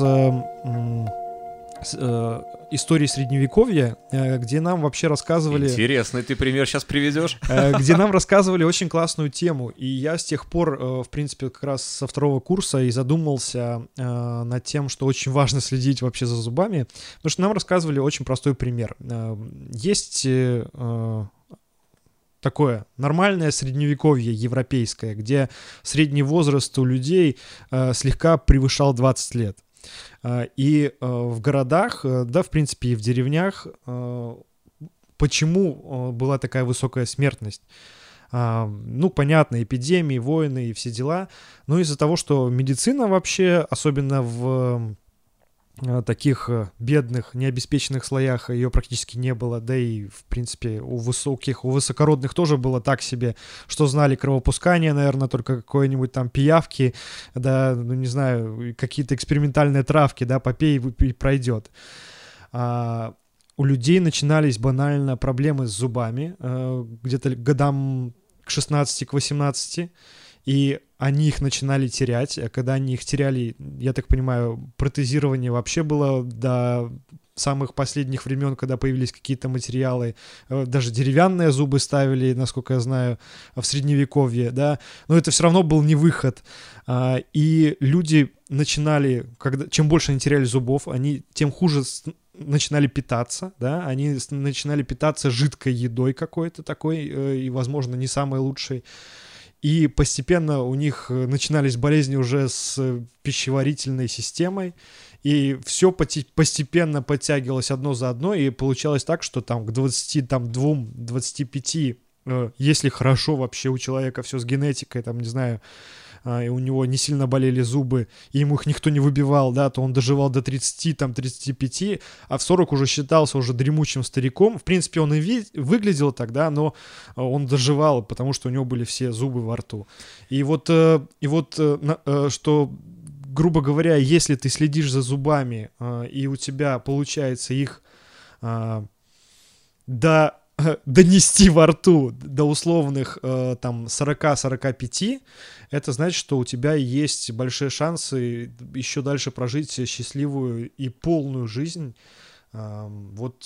истории Средневековья, где нам вообще рассказывали... Интересный ты пример сейчас приведешь. Где нам рассказывали очень классную тему. И я с тех пор, в принципе, как раз со второго курса и задумался над тем, что очень важно следить вообще за зубами. Потому что нам рассказывали очень простой пример. Есть... такое нормальное средневековье европейское, где средний возраст у людей слегка превышал 20 лет. И в городах, да, в принципе, и в деревнях, почему была такая высокая смертность? Ну, понятно, эпидемии, войны и все дела, но из-за того, что медицина вообще, особенно в таких бедных, необеспеченных слоях ее практически не было, да и, в принципе, у высокородных тоже было так себе, что знали кровопускание, наверное, только какой-нибудь там пиявки, да, ну, не знаю, какие-то экспериментальные травки, да, попей и пройдет. У людей начинались банально проблемы с зубами, где-то годам к 16, к 18, и они их начинали терять, а когда они их теряли, я так понимаю, протезирование вообще было до самых последних времен, когда появились какие-то материалы, даже деревянные зубы ставили, насколько я знаю, в Средневековье, да, но это все равно был не выход. И люди начинали, чем больше они теряли зубов, они тем хуже начинали питаться, да, они начинали питаться жидкой едой какой-то такой, и, возможно, не самой лучшей. И постепенно у них начинались болезни уже с пищеварительной системой, и все постепенно подтягивалось одно за одно, и получалось так, что там к 22-25, если хорошо вообще у человека все с генетикой, там, не знаю, и у него не сильно болели зубы, и ему их никто не выбивал, да, то он доживал до 30, там, 35, а в 40 уже считался уже дремучим стариком. В принципе, он и выглядел так, да, но он доживал, потому что у него были все зубы во рту. И вот что, грубо говоря, если ты следишь за зубами, и у тебя получается их донести во рту до условных там 40-45, это значит, что у тебя есть большие шансы еще дальше прожить счастливую и полную жизнь вот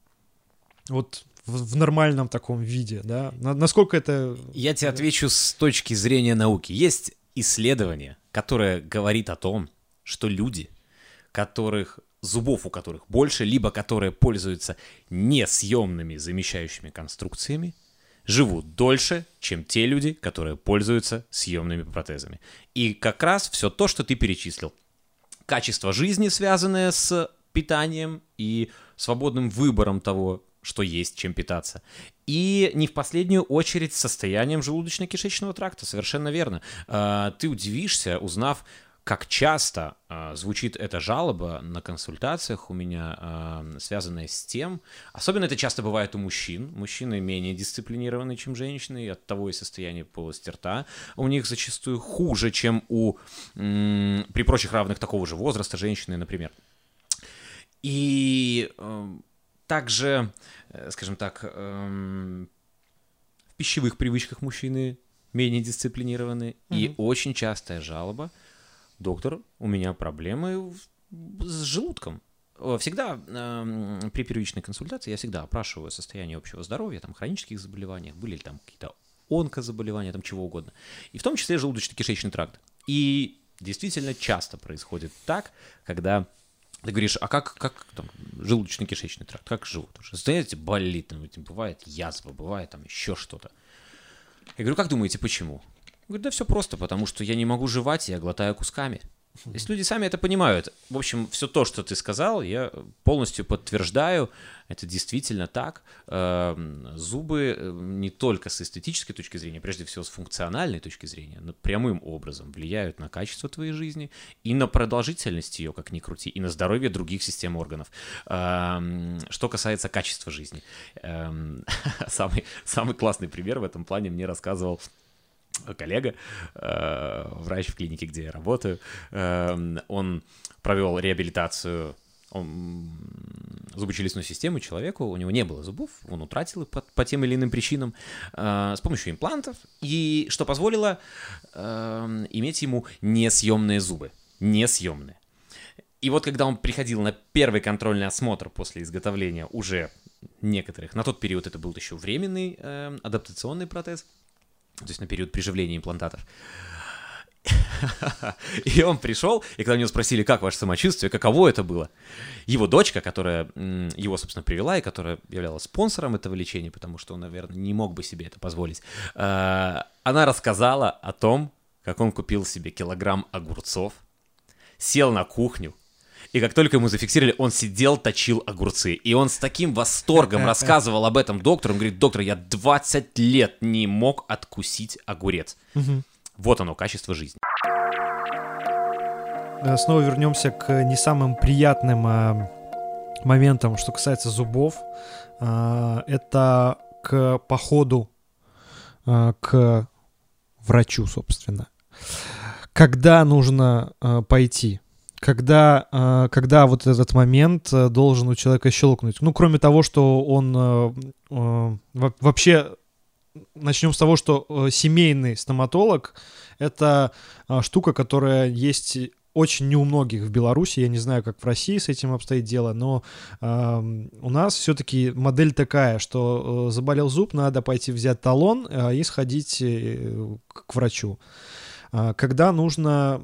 в нормальном таком виде, да? Насколько это... Я тебе отвечу с точки зрения науки. Есть исследование, которое говорит о том, что люди, зубов у которых больше, либо которые пользуются несъемными замещающими конструкциями, живут дольше, чем те люди, которые пользуются съемными протезами. И как раз все то, что ты перечислил. Качество жизни, связанное с питанием и свободным выбором того, что есть, чем питаться. И не в последнюю очередь с состоянием желудочно-кишечного тракта. Совершенно верно. Ты удивишься, узнав, как часто звучит эта жалоба на консультациях у меня, связанная с тем, особенно это часто бывает у мужчин. Мужчины менее дисциплинированы, чем женщины, и оттого и состояние полости рта у них зачастую хуже, чем при прочих равных такого же возраста женщины, например. И также, скажем так, в пищевых привычках мужчины менее дисциплинированы, и очень частая жалоба: доктор, у меня проблемы с желудком. Всегда при первичной консультации я всегда опрашиваю состояние общего здоровья, там, хронических заболеваний, были ли там какие-то онкозаболевания, там, чего угодно. И в том числе желудочно-кишечный тракт. И действительно часто происходит так, когда ты говоришь: а как там желудочно-кишечный тракт, как живут? Знаете, болит, там, бывает язва, бывает там еще что-то. Я говорю: как думаете, почему? Говорит: да все просто, потому что я не могу жевать, я глотаю кусками. То есть люди сами это понимают. В общем, все то, что ты сказал, я полностью подтверждаю. Это действительно так. Зубы не только с эстетической точки зрения, прежде всего с функциональной точки зрения, но прямым образом влияют на качество твоей жизни и на продолжительность ее, как ни крути, и на здоровье других систем органов. Что касается качества жизни. Самый классный пример в этом плане мне рассказывал коллега, врач в клинике, где я работаю. Он провел реабилитацию зубочелюстной системы человеку, у него не было зубов, он утратил их по тем или иным причинам, с помощью имплантов, и что позволило иметь ему несъемные зубы. Несъемные. И вот когда он приходил на первый контрольный осмотр после изготовления уже некоторых, на тот период это был еще временный адаптационный протез, то есть на период приживления имплантатов. И он пришел, и когда у него спросили: как ваше самочувствие, каково это было, его дочка, которая его, собственно, привела, и которая являлась спонсором этого лечения, потому что он, наверное, не мог бы себе это позволить, она рассказала о том, как он купил себе килограмм огурцов, сел на кухню, и как только ему зафиксировали, он сидел, точил огурцы. И он с таким восторгом рассказывал об этом доктору. Он говорит: доктор, я 20 лет не мог откусить огурец. Вот оно, качество жизни. Снова вернемся к не самым приятным моментам, что касается зубов. Это к походу к врачу, собственно. Когда нужно пойти? Когда вот этот момент должен у человека щелкнуть? Ну, кроме того, что он вообще... Начнем с того, что семейный стоматолог — это штука, которая есть очень не у многих в Беларуси, я не знаю, как в России с этим обстоит дело, но у нас все-таки модель такая, что заболел зуб, надо пойти взять талон и сходить к врачу. Когда нужно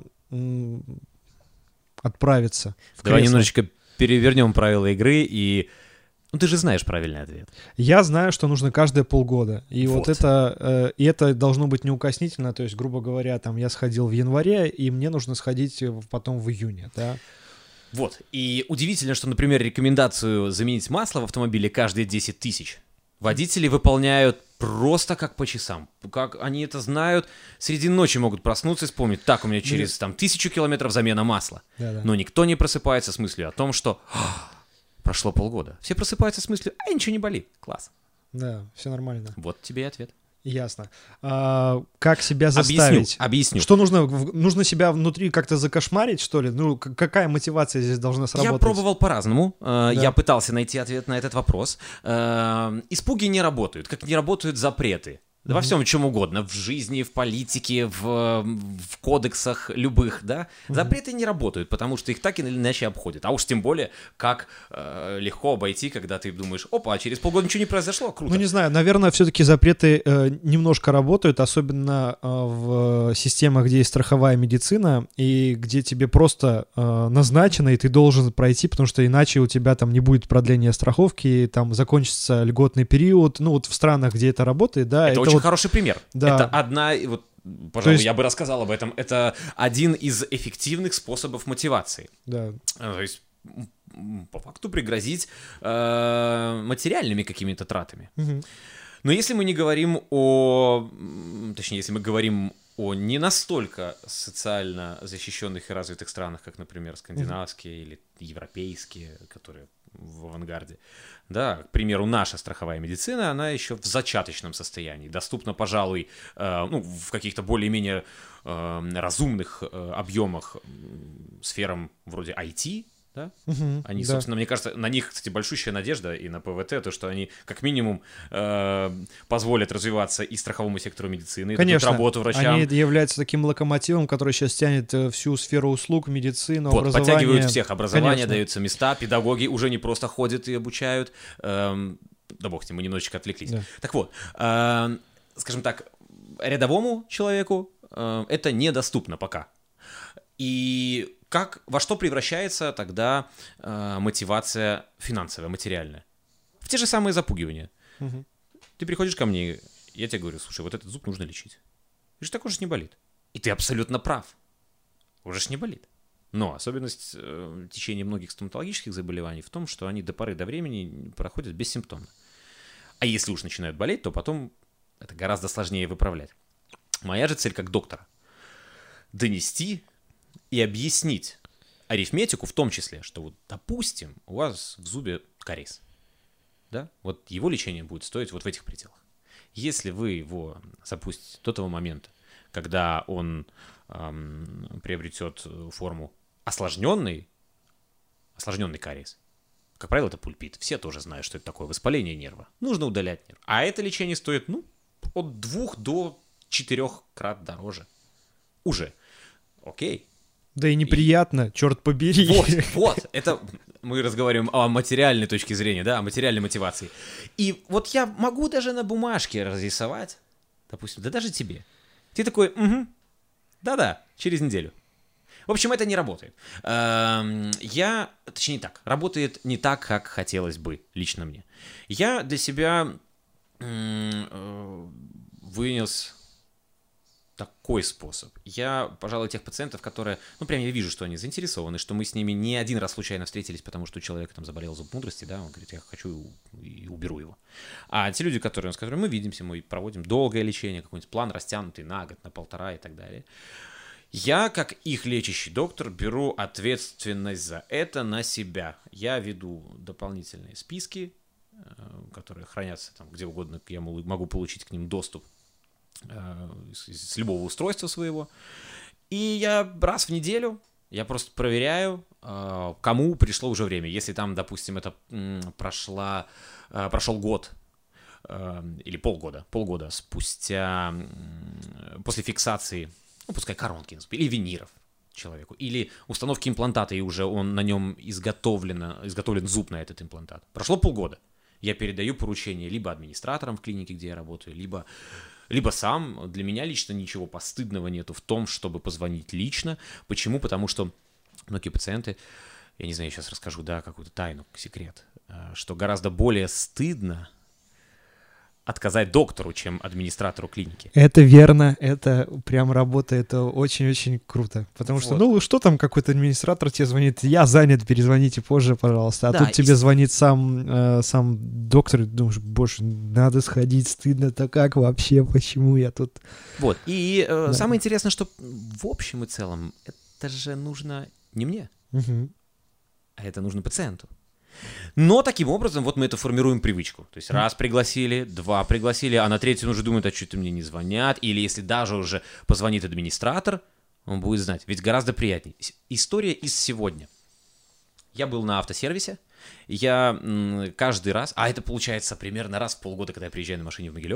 отправиться в Давай кресло? немножечко перевернем правила игры и... Ну, ты же знаешь правильный ответ. Я знаю, что нужно каждые полгода. И вот Вот. это должно быть неукоснительно. То есть, грубо говоря, там я сходил в январе, и мне нужно сходить потом в июне, да. Вот. И удивительно, что, например, рекомендацию заменить масло в автомобиле каждые 10 тысяч водители выполняют просто как по часам. Как они это знают, среди ночи могут проснуться и вспомнить, так, у меня через 1000 километров замена масла. Да-да. Но никто не просыпается с мыслью о том, что прошло полгода. Все просыпаются с мыслью, ничего не болит. Класс. Да, все нормально. Вот тебе и ответ. Ясно. Как себя заставить? Объясню. Что нужно? Нужно себя внутри как-то закошмарить, что ли? Ну, какая мотивация здесь должна сработать? Я пробовал по-разному. Я пытался найти ответ на этот вопрос. Испуги не работают, как не работают запреты. Да во всем, чем угодно, в жизни, в политике, в кодексах любых, да. Запреты не работают, потому что их так или иначе обходят. А уж тем более, как легко обойти, когда ты думаешь, опа, а через полгода ничего не произошло, круто. Ну, не знаю, наверное, все-таки запреты немножко работают, особенно в системах, где есть страховая медицина, и где тебе просто назначено, и ты должен пройти, потому что иначе у тебя там не будет продления страховки, там закончится льготный период. Ну, вот в странах, где это работает, да. Это очень хороший пример. Да. Это одна, вот, пожалуй, я бы рассказал об этом. Это один из эффективных способов мотивации. Да. То есть, по факту, пригрозить материальными какими-то тратами. Но если мы не говорим точнее, если мы говорим о не настолько социально защищенных и развитых странах, как, например, скандинавские или европейские, которые в авангарде. Да, к примеру, наша страховая медицина, она еще в зачаточном состоянии. Доступна, пожалуй, в каких-то более-менее разумных объемах сферам вроде IT, да? Они, собственно, мне кажется, на них, кстати, большущая надежда и на ПВТ, то, что они как минимум позволят развиваться и страховому сектору медицины, конечно, и работу врачам. Они являются таким локомотивом, который сейчас тянет всю сферу услуг, медицину, вот, образование. подтягивают всех. Образование, конечно. даются места, педагоги уже не просто ходят и обучают. Да бог с ним, мы немножечко отвлеклись. Да. Так вот, скажем так, рядовому человеку это недоступно пока. И во что превращается тогда мотивация финансовая, материальная? В те же самые запугивания. Ты приходишь ко мне, я тебе говорю, слушай, вот этот зуб нужно лечить. И же так уже не болит. И ты абсолютно прав. Уже ж не болит. Но особенность течения многих стоматологических заболеваний в том, что они до поры до времени проходят бессимптомно. А если уж начинают болеть, то потом это гораздо сложнее выправлять. Моя же цель как доктора — донести и объяснить арифметику в том числе, что вот, допустим, у вас в зубе кариес, да, вот его лечение будет стоить вот в этих пределах. Если вы его запустите до того момента, когда он приобретет форму осложненный кариес, как правило, это пульпит. Все тоже знают, что это такое воспаление нерва. Нужно удалять нерв. А это лечение стоит, от 2 до 4 крат дороже. Уже. Окей. Да и неприятно, черт побери. Вот, это мы разговариваем о материальной точке зрения, да, о материальной мотивации. И вот я могу даже на бумажке разрисовать, допустим, да даже тебе. Ты такой, да-да, через неделю. В общем, это не работает. Точнее так, работает не так, как хотелось бы лично мне. Я для себя вынес такой способ. Я, пожалуй, тех пациентов, которые, прям я вижу, что они заинтересованы, что мы с ними не один раз случайно встретились, потому что у человека там заболел зуб мудрости, да, он говорит, я хочу и уберу его. А те люди, с которыми мы видимся, мы проводим долгое лечение, какой-нибудь план растянутый на год, на 1,5 и так далее. Я, как их лечащий доктор, беру ответственность за это на себя. Я веду дополнительные списки, которые хранятся там где угодно, я могу получить к ним доступ с любого устройства своего. И я раз в неделю я просто проверяю, кому пришло уже время. Если там, допустим, это прошел год или полгода спустя, после фиксации, пускай коронки или виниров, человеку. Или установки имплантата, и уже он на нем изготовлен зуб на этот имплантат. Прошло полгода. Я передаю поручение либо администраторам в клинике, где я работаю, либо сам. Для меня лично ничего постыдного нету в том, чтобы позвонить лично. Почему? Потому что многие пациенты, я не знаю, я сейчас расскажу, да, какую-то тайну, секрет, что гораздо более стыдно отказать доктору, чем администратору клиники. Это верно, это прям работает очень-очень круто. Потому что, что там какой-то администратор тебе звонит, я занят, перезвоните позже, пожалуйста. А да, тут тебе звонит сам доктор, и думаешь, боже, надо сходить, стыдно-то как вообще, почему я тут... Вот, и самое интересное, что в общем и целом это же нужно не мне, а это нужно пациенту. Но таким образом вот мы это формируем привычку. То есть раз пригласили, два пригласили, а на третий он уже думает, а что-то мне не звонят. Или если даже уже позвонит администратор, он будет знать. Ведь гораздо приятнее. История из сегодня. Я был на автосервисе. Я каждый раз, а это получается примерно раз в полгода, когда я приезжаю на машине в Могилев,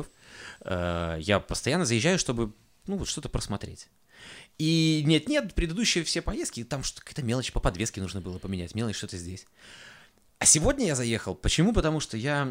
я постоянно заезжаю, чтобы вот что-то просмотреть. И нет, предыдущие все поездки, там какая-то мелочь по подвеске нужно было поменять, мелочь что-то здесь. А сегодня я заехал. Почему? Потому что я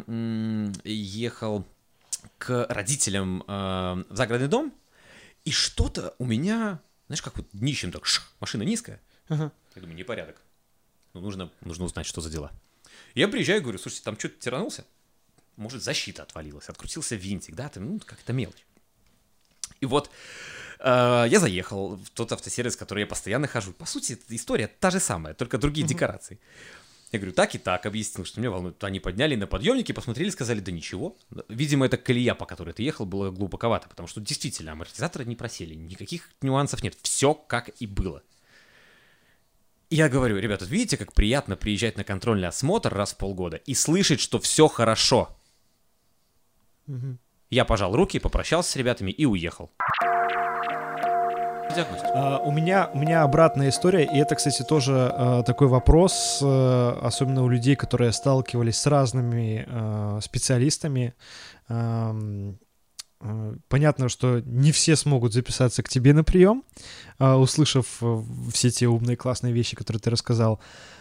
ехал к родителям в загородный дом, и что-то у меня, знаешь, как вот днищем так, машина низкая. Я думаю, непорядок. Нужно узнать, что за дела. Я приезжаю и говорю, слушайте, там что-то тиранулся? Может, защита отвалилась, открутился винтик, да, там, как-то мелочь. И вот я заехал в тот автосервис, в который я постоянно хожу. По сути, история та же самая, только другие декорации. Я говорю, так и так, объяснил, что меня волнует. Они подняли на подъемнике, посмотрели, сказали, да ничего. Видимо, эта колея, по которой ты ехал, была глубоковата, потому что действительно амортизаторы не просели, никаких нюансов нет, все как и было. И я говорю, ребята, видите, как приятно приезжать на контрольный осмотр раз в полгода и слышать, что все хорошо. Я пожал руки, попрощался с ребятами и уехал. У меня обратная история, и это, кстати, тоже такой вопрос, особенно у людей, которые сталкивались с разными специалистами. Понятно, что не все смогут записаться к тебе на прием, услышав все те умные, классные вещи, которые ты рассказал.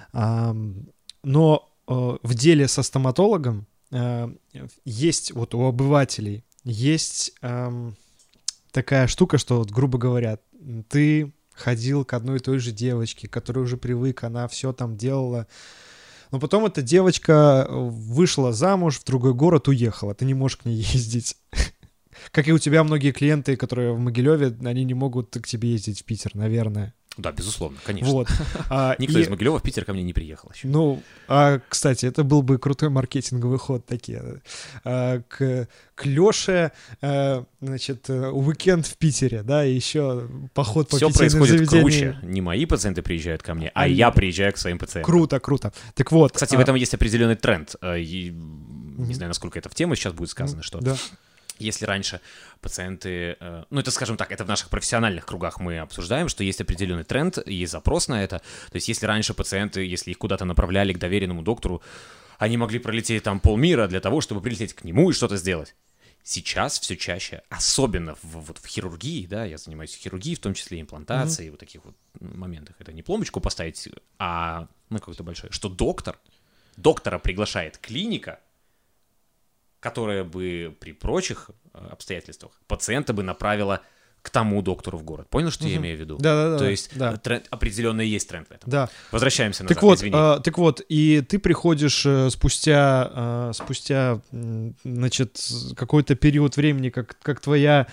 Но в деле со стоматологом есть вот у обывателей есть такая штука, что, вот, грубо говоря, ты ходил к одной и той же девочке, которая уже привык, она все там делала. Но потом эта девочка вышла замуж, в другой город уехала. Ты не можешь к ней ездить. Как и у тебя многие клиенты, которые в Могилеве, они не могут к тебе ездить в Питер, наверное. Да, безусловно, конечно. Вот. Никто из Могилева в Питер ко мне не приехал еще. Ну, кстати, это был бы крутой маркетинговый ход такие. К Лёше, значит, уикенд в Питере, да, и еще поход по питейным заведениям. Все происходит круче. Не мои пациенты приезжают ко мне, а я приезжаю к своим пациентам. Круто, круто. Так вот. Кстати, в этом есть определенный тренд. Не знаю, насколько это в тему сейчас будет сказано, что... Да. Если раньше пациенты, ну это, скажем так, это в наших профессиональных кругах мы обсуждаем, что есть определенный тренд, есть запрос на это. То есть если раньше пациенты, если их куда-то направляли к доверенному доктору, они могли пролететь там полмира для того, чтобы прилететь к нему и что-то сделать. Сейчас все чаще, особенно в хирургии, да, я занимаюсь хирургией, в том числе имплантацией, вот таких вот моментах. Это не пломбочку поставить, а какой-то большой, что доктора приглашает клиника, которая бы при прочих обстоятельствах пациента бы направила к тому доктору в город. Понял, что я имею в виду? Да. То есть тренд, определенный есть тренд в этом. Да. Возвращаемся назад, извини. Так вот, и ты приходишь спустя значит, какой-то период времени, как твоя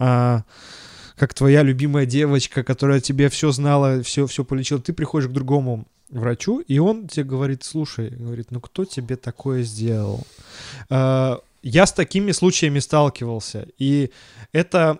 любимая девочка, которая тебе все знала, все полечила, ты приходишь к другому врачу, и он тебе говорит, слушай, говорит, ну кто тебе такое сделал? Я с такими случаями сталкивался, и это,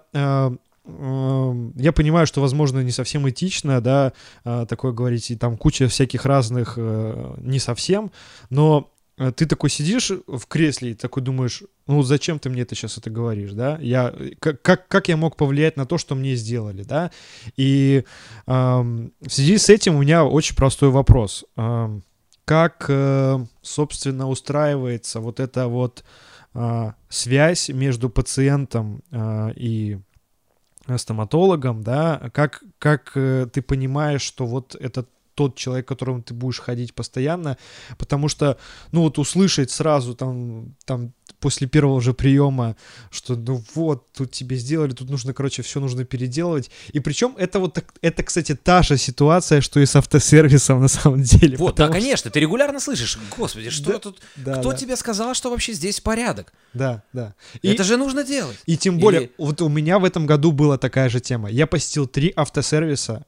я понимаю, что, возможно, не совсем этично, да, такое говорить, и там куча всяких разных, не совсем, но ты такой сидишь в кресле и такой думаешь, ну зачем ты мне сейчас это говоришь, да? Как я мог повлиять на то, что мне сделали, да? И в связи с этим у меня очень простой вопрос. Как, собственно, устраивается вот эта вот связь между пациентом и стоматологом, да, как ты понимаешь, что вот это тот человек, к которому ты будешь ходить постоянно, потому что, ну вот услышать сразу там после первого же приема, что ну вот, тут тебе сделали, тут нужно, короче, все нужно переделывать. И причем это вот, это, кстати, та же ситуация, что и с автосервисом на самом деле. Вот, да, конечно, ты регулярно слышишь, господи, что Да, тут, да, кто да. тебе сказал, что вообще здесь порядок? Да, да. Это же нужно делать. И тем более, Или- вот у меня в этом году была такая же тема. Я посетил 3 автосервиса,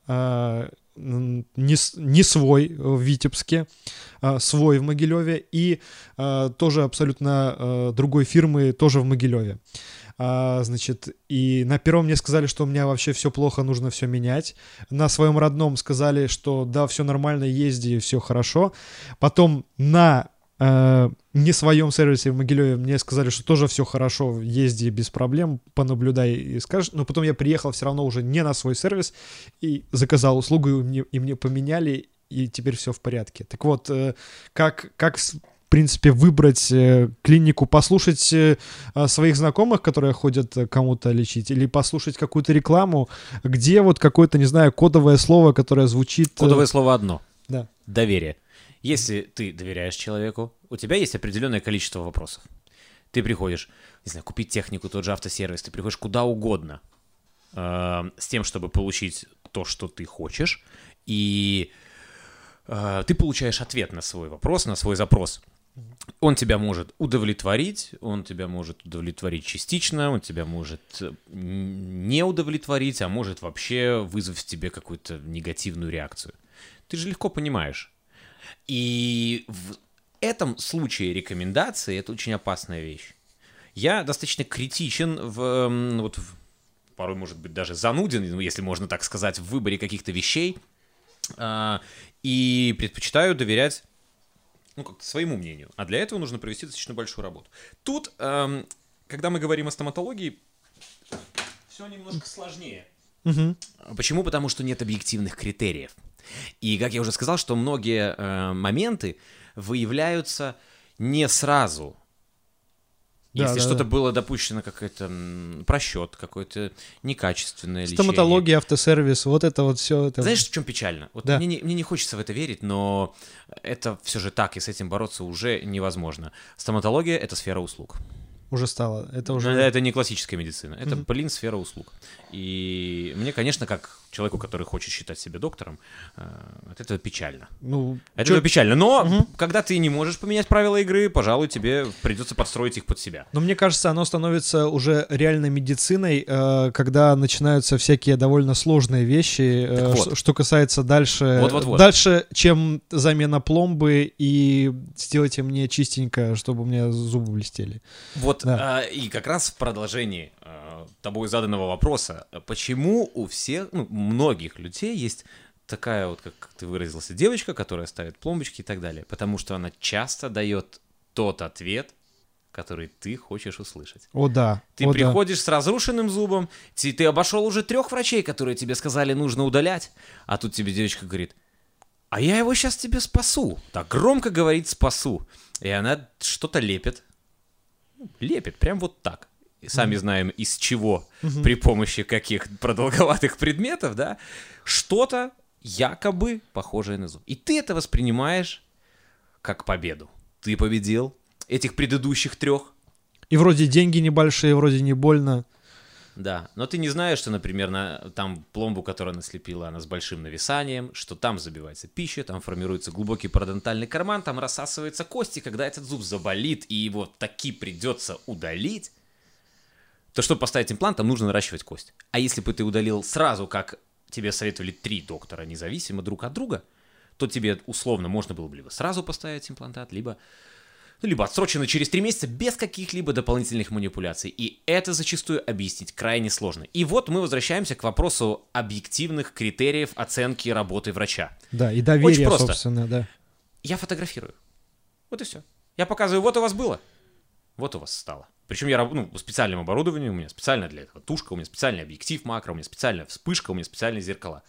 не свой в Витебске, свой в Могилеве и тоже абсолютно другой фирмы, тоже в Могилеве. Значит, и на первом мне сказали, что у меня вообще все плохо, нужно все менять. На своем родном сказали, что да, все нормально, езди, все хорошо. Потом на не своем сервисе в Могилеве мне сказали, что тоже все хорошо, езди без проблем, понаблюдай и скажешь. Но потом я приехал все равно уже не на свой сервис и заказал услугу, и мне поменяли, и теперь все в порядке. Так вот, как в принципе, выбрать клинику, послушать своих знакомых, которые ходят кому-то лечить, или послушать какую-то рекламу, где вот какое-то, не знаю, кодовое слово, которое звучит... Кодовое слово одно. Да. Доверие. Если ты доверяешь человеку, у тебя есть определенное количество вопросов. Ты приходишь, не знаю, купить технику, тот же автосервис, ты приходишь куда угодно с тем, чтобы получить то, что ты хочешь, и ты получаешь ответ на свой вопрос, на свой запрос. Он тебя может удовлетворить, он тебя может удовлетворить частично, он тебя может не удовлетворить, а может вообще вызвать в тебе какую-то негативную реакцию. Ты же легко понимаешь. И в этом случае рекомендации — это очень опасная вещь. Я достаточно критичен порой, может быть, даже зануден, если можно так сказать, в выборе каких-то вещей, и предпочитаю доверять как-то своему мнению. А для этого нужно провести достаточно большую работу. Тут, когда мы говорим о стоматологии, все немножко сложнее. Угу. Почему? Потому что нет объективных критериев. И, как я уже сказал, что многие моменты выявляются не сразу. Да, Если да, что-то да. было допущено, какой-то просчет, какое-то некачественное лечение. Стоматология, автосервис, вот это вот все. Это... Знаешь, в чем печально? Вот Да. мне не хочется в это верить, но это все же так, и с этим бороться уже невозможно. Стоматология — это сфера услуг. Уже стало. Это уже... Это не классическая медицина, это, сфера услуг. И мне, конечно, как человеку, который хочет считать себя доктором, от этого печально. Ну, Это печально, но когда ты не можешь поменять правила игры, пожалуй, тебе придется подстроить их под себя. Но мне кажется, оно становится уже реальной медициной, когда начинаются всякие довольно сложные вещи, вот. что касается дальше, Вот-вот-вот. дальше, чем замена пломбы и сделайте мне чистенько, чтобы у меня зубы блестели. Вот, Да. и как раз в продолжении тобой заданного вопроса, почему у всех, многих людей есть такая вот, как ты выразился, девочка, которая ставит пломбочки и так далее, потому что она часто дает тот ответ, который ты хочешь услышать. О, да. Ты приходишь с разрушенным зубом, ты обошел уже 3 врачей, которые тебе сказали, нужно удалять, а тут тебе девочка говорит: а я его сейчас тебе спасу. Так громко говорит «спасу». И она что-то лепит. Лепит, прям вот так. И сами знаем, из чего, при помощи каких продолговатых предметов, да, что-то якобы похожее на зуб. И ты это воспринимаешь как победу. Ты победил этих предыдущих 3. И вроде деньги небольшие, вроде не больно. Да, но ты не знаешь, что, например, там пломбу, которую она слепила, она с большим нависанием, что там забивается пища, там формируется глубокий пародонтальный карман, там рассасывается кость, и когда этот зуб заболит, и его таки придется удалить, то чтобы поставить имплант, там нужно наращивать кость. А если бы ты удалил сразу, как тебе советовали 3 доктора, независимо друг от друга, то тебе условно можно было бы либо сразу поставить имплантат, либо отсрочено через 3 месяца без каких-либо дополнительных манипуляций. И это зачастую объяснить крайне сложно. И вот мы возвращаемся к вопросу объективных критериев оценки работы врача. Да, и доверие, Очень просто. собственно, да. Я фотографирую. Вот и все. Я показываю, вот у вас было, вот у вас стало. Причем я в специальном оборудовании, у меня специально для этого тушка, у меня специальный объектив макро, у меня специальная вспышка, у меня специальные зеркала.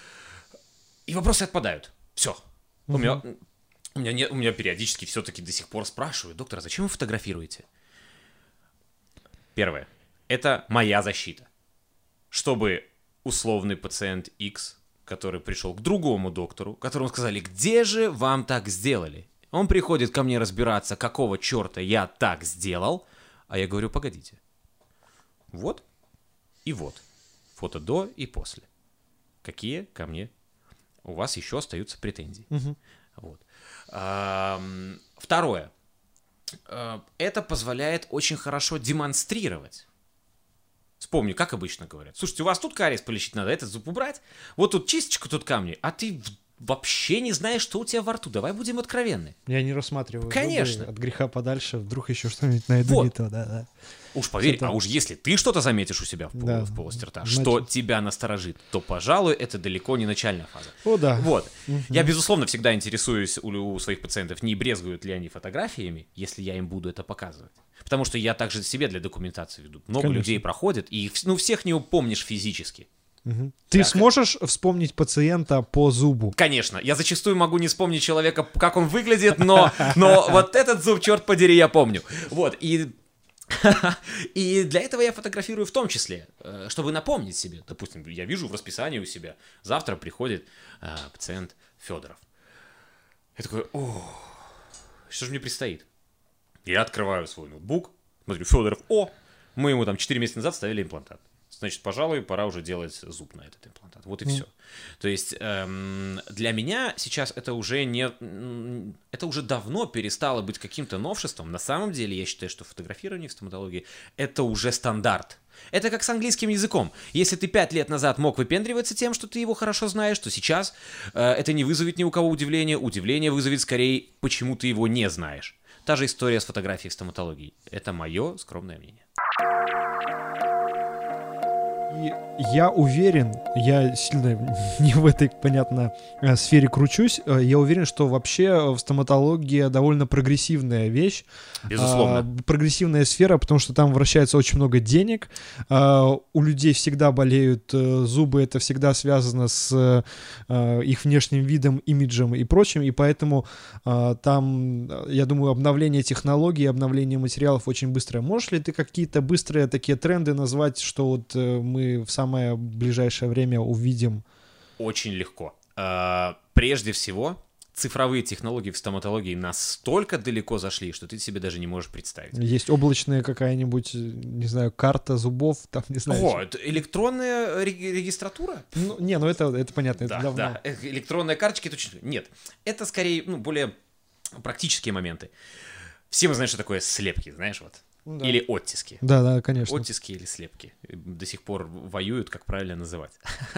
И вопросы отпадают. Все. У меня периодически все-таки до сих пор спрашивают: доктор, а зачем вы фотографируете? Первое. Это моя защита. чтобы условный пациент X, который пришел к другому доктору, которому сказали, где же вам так сделали? Он приходит ко мне разбираться, какого черта я так сделал, а я говорю, погодите, вот и вот, фото до и после. Какие ко мне у вас еще остаются претензии? Вот. Второе. Это позволяет очень хорошо демонстрировать. Вспомни, как обычно говорят. Слушайте, у вас тут кариес полечить надо, этот зуб убрать. Вот тут чисточка, тут камни. А ты вообще не знаешь, что у тебя во рту. Давай будем откровенны. Я не рассматриваю. Конечно. От греха подальше. Вдруг еще что-нибудь найду вот. Не то. Да. Уж поверь, а уж если ты что-то заметишь у себя в полости рта, значит, что тебя насторожит, то, пожалуй, это далеко не начальная фаза. О, да. Вот. Я, безусловно, всегда интересуюсь у своих пациентов, не брезгуют ли они фотографиями, если я им буду это показывать. Потому что я также себе для документации веду. Много людей проходит, и всех не упомнишь физически. Ты сможешь вспомнить пациента по зубу? Конечно. Я зачастую могу не вспомнить человека, как он выглядит, но вот этот зуб, черт подери, я помню. Вот. И для этого я фотографирую в том числе, чтобы напомнить себе. Допустим, я вижу в расписании у себя, завтра приходит пациент Федоров. Я такой, что же мне предстоит? Я открываю свой ноутбук, смотрю, Федоров, мы ему там 4 месяца назад ставили имплантат. Значит, пожалуй, пора уже делать зуб на этот имплантат. Вот и все. То есть для меня сейчас это уже это уже давно перестало быть каким-то новшеством. На самом деле, я считаю, что фотографирование в стоматологии — это уже стандарт. Это как с английским языком. Если ты 5 лет назад мог выпендриваться тем, что ты его хорошо знаешь, то сейчас это не вызовет ни у кого удивления. Удивление вызовет скорее, почему ты его не знаешь. Та же история с фотографией в стоматологии. Это мое скромное мнение. И я уверен, я сильно не в этой, понятно, сфере кручусь, я уверен, что вообще стоматология довольно прогрессивная вещь. Безусловно. Прогрессивная сфера, потому что там вращается очень много денег, у людей всегда болеют зубы, это всегда связано с их внешним видом, имиджем и прочим, и поэтому там, я думаю, обновление технологий, обновление материалов очень быстрое. Можешь ли ты какие-то быстрые такие тренды назвать, что вот мы в самое ближайшее время увидим? Очень легко. Прежде всего, цифровые технологии в стоматологии настолько далеко зашли, что ты себе даже не можешь представить. Есть облачная какая-нибудь, не знаю, карта зубов, там, не знаю. Это электронная регистратура? Это понятно, да, это давно. Да, электронные карточки точно... Нет, это скорее, более практические моменты. Все мы знаем, что такое слепки, знаешь, вот. Да. Или оттиски. Да, конечно. Оттиски или слепки. До сих пор воюют, как правильно называть.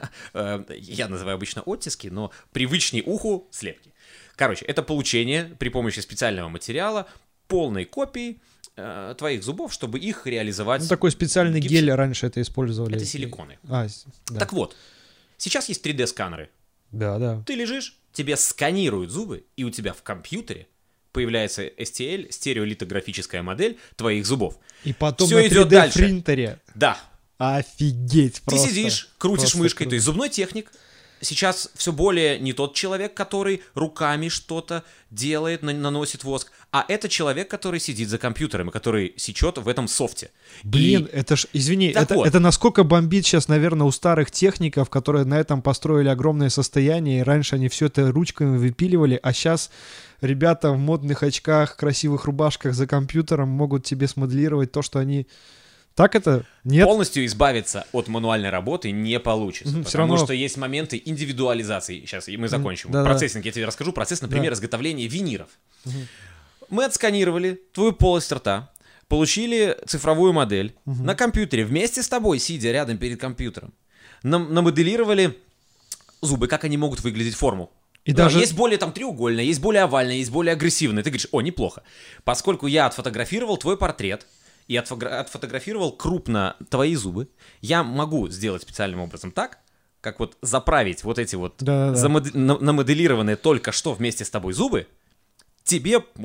Я называю обычно оттиски, но привычней уху слепки. Короче, это получение при помощи специального материала полной копии твоих зубов, чтобы их реализовать. Такой специальный гель раньше это использовали. Это силиконы. Да. Так вот, сейчас есть 3D-сканеры. Да. Ты лежишь, тебе сканируют зубы, и у тебя в компьютере появляется STL, стереолитографическая модель твоих зубов. И потом все на 3D-принтере. Да. Офигеть просто. Ты сидишь, крутишь мышкой. То есть зубной техник сейчас все более не тот человек, который руками что-то делает, наносит воск, а это человек, который сидит за компьютером и который сечет в этом софте. Это ж, извини, это насколько бомбит сейчас, наверное, у старых техников, которые на этом построили огромное состояние, и раньше они все это ручками выпиливали, а сейчас ребята в модных очках, красивых рубашках за компьютером могут тебе смоделировать то, что они... Так это? Нет? Полностью избавиться от мануальной работы не получится, потому что есть моменты индивидуализации. Сейчас мы закончим. Процессинг, я тебе расскажу. Процесс, например, изготовления виниров. Мы отсканировали твою полость рта, получили цифровую модель на компьютере, вместе с тобой, сидя рядом перед компьютером, намоделировали зубы, как они могут выглядеть, форму. И даже... Есть более треугольная, есть более овальная, есть более агрессивная. Ты говоришь, неплохо. Поскольку я отфотографировал твой портрет и отфотографировал крупно твои зубы, я могу сделать специальным образом так, как вот заправить вот эти вот намоделированные только что вместе с тобой зубы тебе вот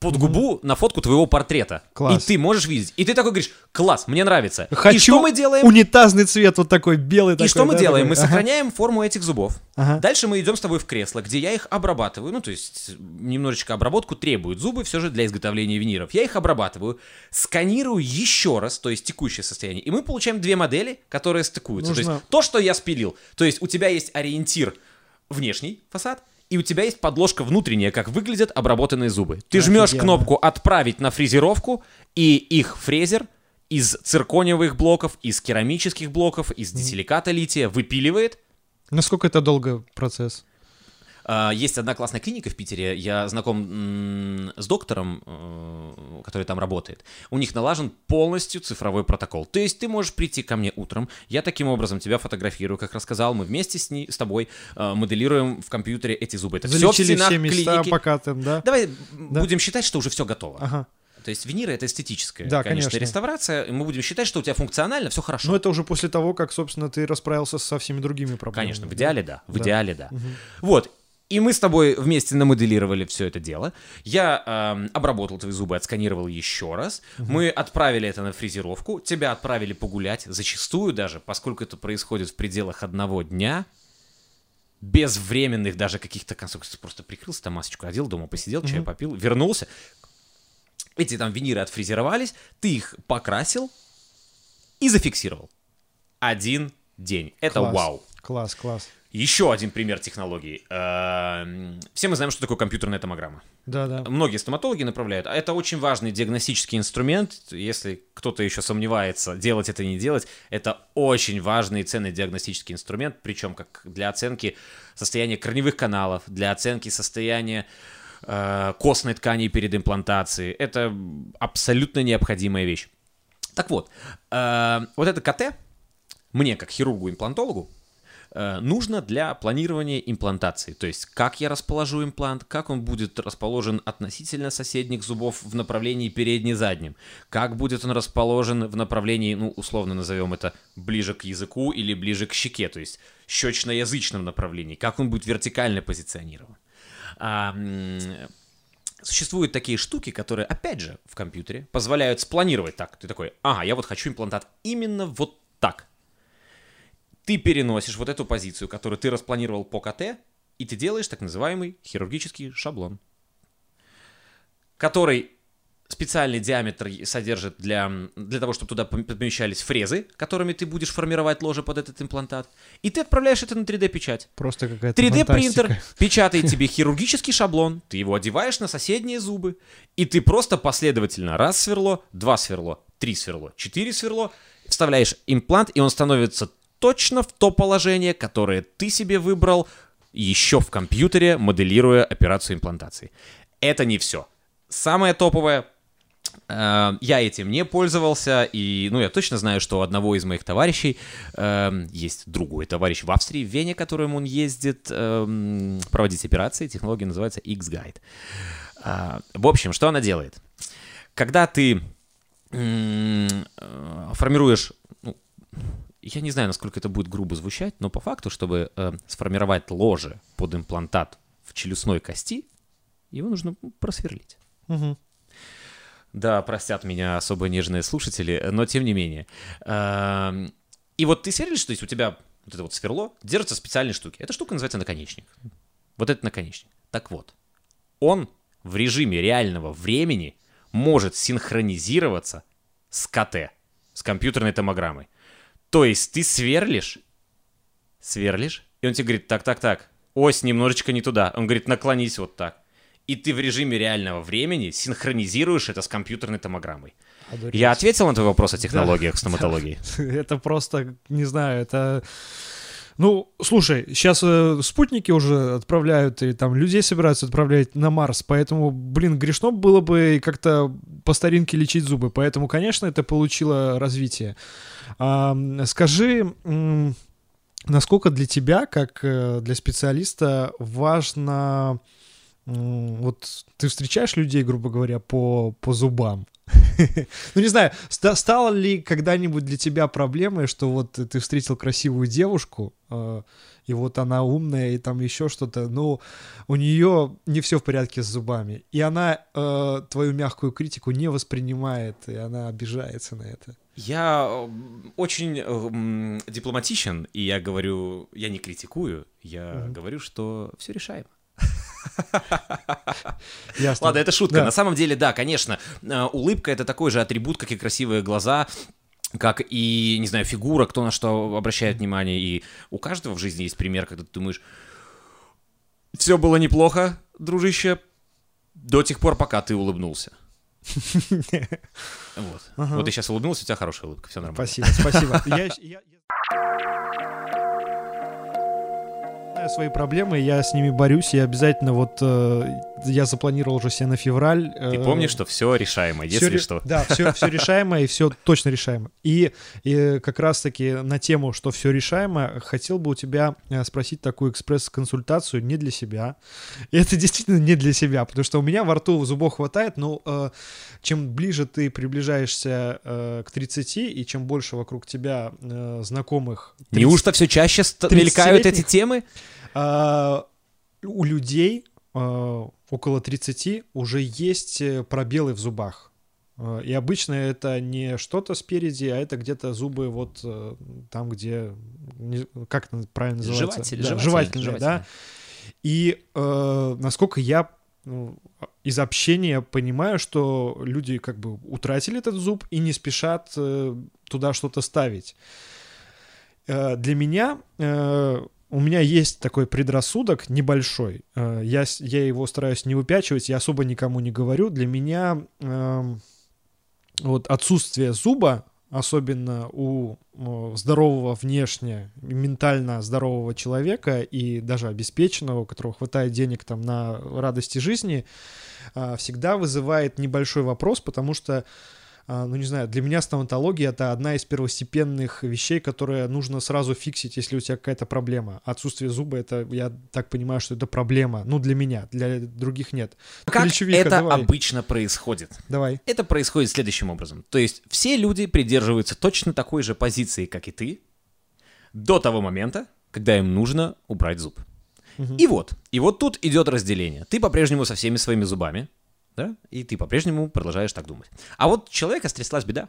под губу на фотку твоего портрета. Класс. И ты можешь видеть. И ты такой говоришь, класс, мне нравится. Хочу и что мы делаем? Унитазный цвет вот такой, белый такой. И что мы да, делаем? такой. Мы сохраняем форму этих зубов. Ага. Дальше мы идем с тобой в кресло, где я их обрабатываю. Ну, то есть, немножечко обработку требуют зубы все же для изготовления виниров. Я их обрабатываю, сканирую еще раз, то есть текущее состояние. И мы получаем две модели, которые стыкуются. То есть, то, что я спилил. То есть, у тебя есть ориентир внешний фасад, и у тебя есть подложка внутренняя, как выглядят обработанные зубы. Ты жмешь кнопку «Отправить на фрезеровку», и их фрезер из циркониевых блоков, из керамических блоков, из дисиликата лития выпиливает. Насколько это долго процесс? Есть одна классная клиника в Питере, я знаком с доктором, который там работает. У них налажен полностью цифровой протокол. То есть ты можешь прийти ко мне утром, я таким образом тебя фотографирую, как рассказал, мы вместе с тобой моделируем в компьютере эти зубы. Это все в стенах все места клиники. Покатым, да? Давай будем считать, что уже все готово. Ага. То есть виниры — это эстетическая, да, конечно, реставрация, и мы будем считать, что у тебя функционально все хорошо. Но это уже после того, как, собственно, ты расправился со всеми другими проблемами. Конечно, в идеале да, в идеале да. Вот. И мы с тобой вместе намоделировали все это дело. Я обработал твои зубы, отсканировал еще раз. Мы отправили это на фрезеровку. Тебя отправили погулять. Зачастую даже, поскольку это происходит в пределах одного дня, без временных даже каких-то конструкций. Просто прикрылся, там масочку одел, дома посидел, чай попил, вернулся. Эти там виниры отфрезеровались. Ты их покрасил и зафиксировал. 1 день. Это класс, вау. Класс. Еще один пример технологий. Все мы знаем, что такое компьютерная томограмма. Да. Многие стоматологи направляют. А это очень важный диагностический инструмент. Если кто-то еще сомневается, делать это или не делать, это очень важный и ценный диагностический инструмент, причем как для оценки состояния корневых каналов, для оценки состояния костной ткани перед имплантацией. Это абсолютно необходимая вещь. Так вот, вот это КТ мне, как хирургу-имплантологу, нужно для планирования имплантации. То есть, как я расположу имплант, как он будет расположен относительно соседних зубов в направлении передне-заднем, как будет он расположен в направлении, ну, условно назовем это, ближе к языку или ближе к щеке, то есть щечно-язычном направлении, как он будет вертикально позиционирован. Существуют такие штуки, которые, опять же, в компьютере позволяют спланировать так. Ты такой, ага, я вот хочу имплантат именно вот так. Ты переносишь вот эту позицию, которую ты распланировал по КТ, и ты делаешь так называемый хирургический шаблон, который специальный диаметр содержит для того, чтобы туда помещались фрезы, которыми ты будешь формировать ложе под этот имплантат, и ты отправляешь это на 3D-печать. Просто какая-то 3D-принтер печатает тебе хирургический шаблон, ты его одеваешь на соседние зубы, и ты просто последовательно раз сверло, 2 сверло, 3 сверло, 4 сверло, вставляешь имплант, и он становится точно в то положение, которое ты себе выбрал еще в компьютере, моделируя операцию имплантации. Это не все. Самое топовое, я этим не пользовался, и я точно знаю, что у одного из моих товарищей есть другой товарищ в Австрии, в Вене, которым он ездит проводить операции. Технология называется X-Guide. В общем, что она делает? Когда ты формируешь... Я не знаю, насколько это будет грубо звучать, но по факту, чтобы сформировать ложе под имплантат в челюстной кости, его нужно просверлить. Угу. Да, простят меня особо нежные слушатели, но тем не менее. И вот ты сверлишь, то есть у тебя вот это вот сверло держится в специальной штуке. Эта штука называется наконечник. Вот этот наконечник. Так вот, он в режиме реального времени может синхронизироваться с КТ, с компьютерной томограммой. То есть ты сверлишь, и он тебе говорит, так, ось немножечко не туда. Он говорит, наклонись вот так. И ты в режиме реального времени синхронизируешь это с компьютерной томограммой. Я ответил на твой вопрос о технологиях стоматологии? Это просто, не знаю, это... слушай, сейчас спутники уже отправляют, и там людей собираются отправлять на Марс, поэтому, грешно было бы как-то по старинке лечить зубы, поэтому, конечно, это получило развитие. Скажи, насколько для тебя, как для специалиста, важно... Вот ты встречаешь людей, грубо говоря, по зубам? Ну, не знаю, стало ли когда-нибудь для тебя проблемой, что вот ты встретил красивую девушку, и вот она умная, и там еще что-то, но у нее не все в порядке с зубами, и она твою мягкую критику не воспринимает, и она обижается на это. Я очень дипломатичен, и я говорю, я не критикую, я говорю, что все решаемо. Ясно. Ладно, это шутка. Да. На самом деле, да, конечно, улыбка — это такой же атрибут, как и красивые глаза, как и, не знаю, фигура, кто на что обращает внимание. И у каждого в жизни есть пример, когда ты думаешь, все было неплохо, дружище, до тех пор, пока ты улыбнулся. Вот. Вот ты сейчас улыбнулся, у тебя хорошая улыбка, все нормально. Спасибо. Я знаю свои проблемы, я с ними борюсь, и обязательно вот я запланировал уже себе на февраль. Ты помнишь, что все решаемо, если что. Да, все решаемо, и все точно решаемо. И как раз-таки на тему, что все решаемо, хотел бы у тебя спросить такую экспресс-консультацию не для себя. И это действительно не для себя, потому что у меня во рту зубов хватает, но чем ближе ты приближаешься к 30, и чем больше вокруг тебя знакомых... Неужто все чаще мелькают эти темы? У людей около 30 уже есть пробелы в зубах. И обычно это не что-то спереди, а это где-то зубы вот там, где... Как это правильно называется? Жевательные, да. И насколько я из общения понимаю, что люди как бы утратили этот зуб и не спешат туда что-то ставить. Для меня... У меня есть такой предрассудок небольшой. Я его стараюсь не выпячивать, я особо никому не говорю. Для меня вот отсутствие зуба, особенно у здорового внешне, ментально здорового человека и даже обеспеченного, у которого хватает денег там на радости жизни, всегда вызывает небольшой вопрос, потому что ну, не знаю, для меня стоматология — это одна из первостепенных вещей, которые нужно сразу фиксить, если у тебя какая-то проблема. Отсутствие зуба — это, я так понимаю, что это проблема. Ну, для меня, для других нет. Как это обычно происходит? Давай. Это происходит следующим образом. То есть все люди придерживаются точно такой же позиции, как и ты, до того момента, когда им нужно убрать зуб. Угу. И вот тут идет разделение. Ты по-прежнему со всеми своими зубами, да? И ты по-прежнему продолжаешь так думать. А вот человека стряслась беда.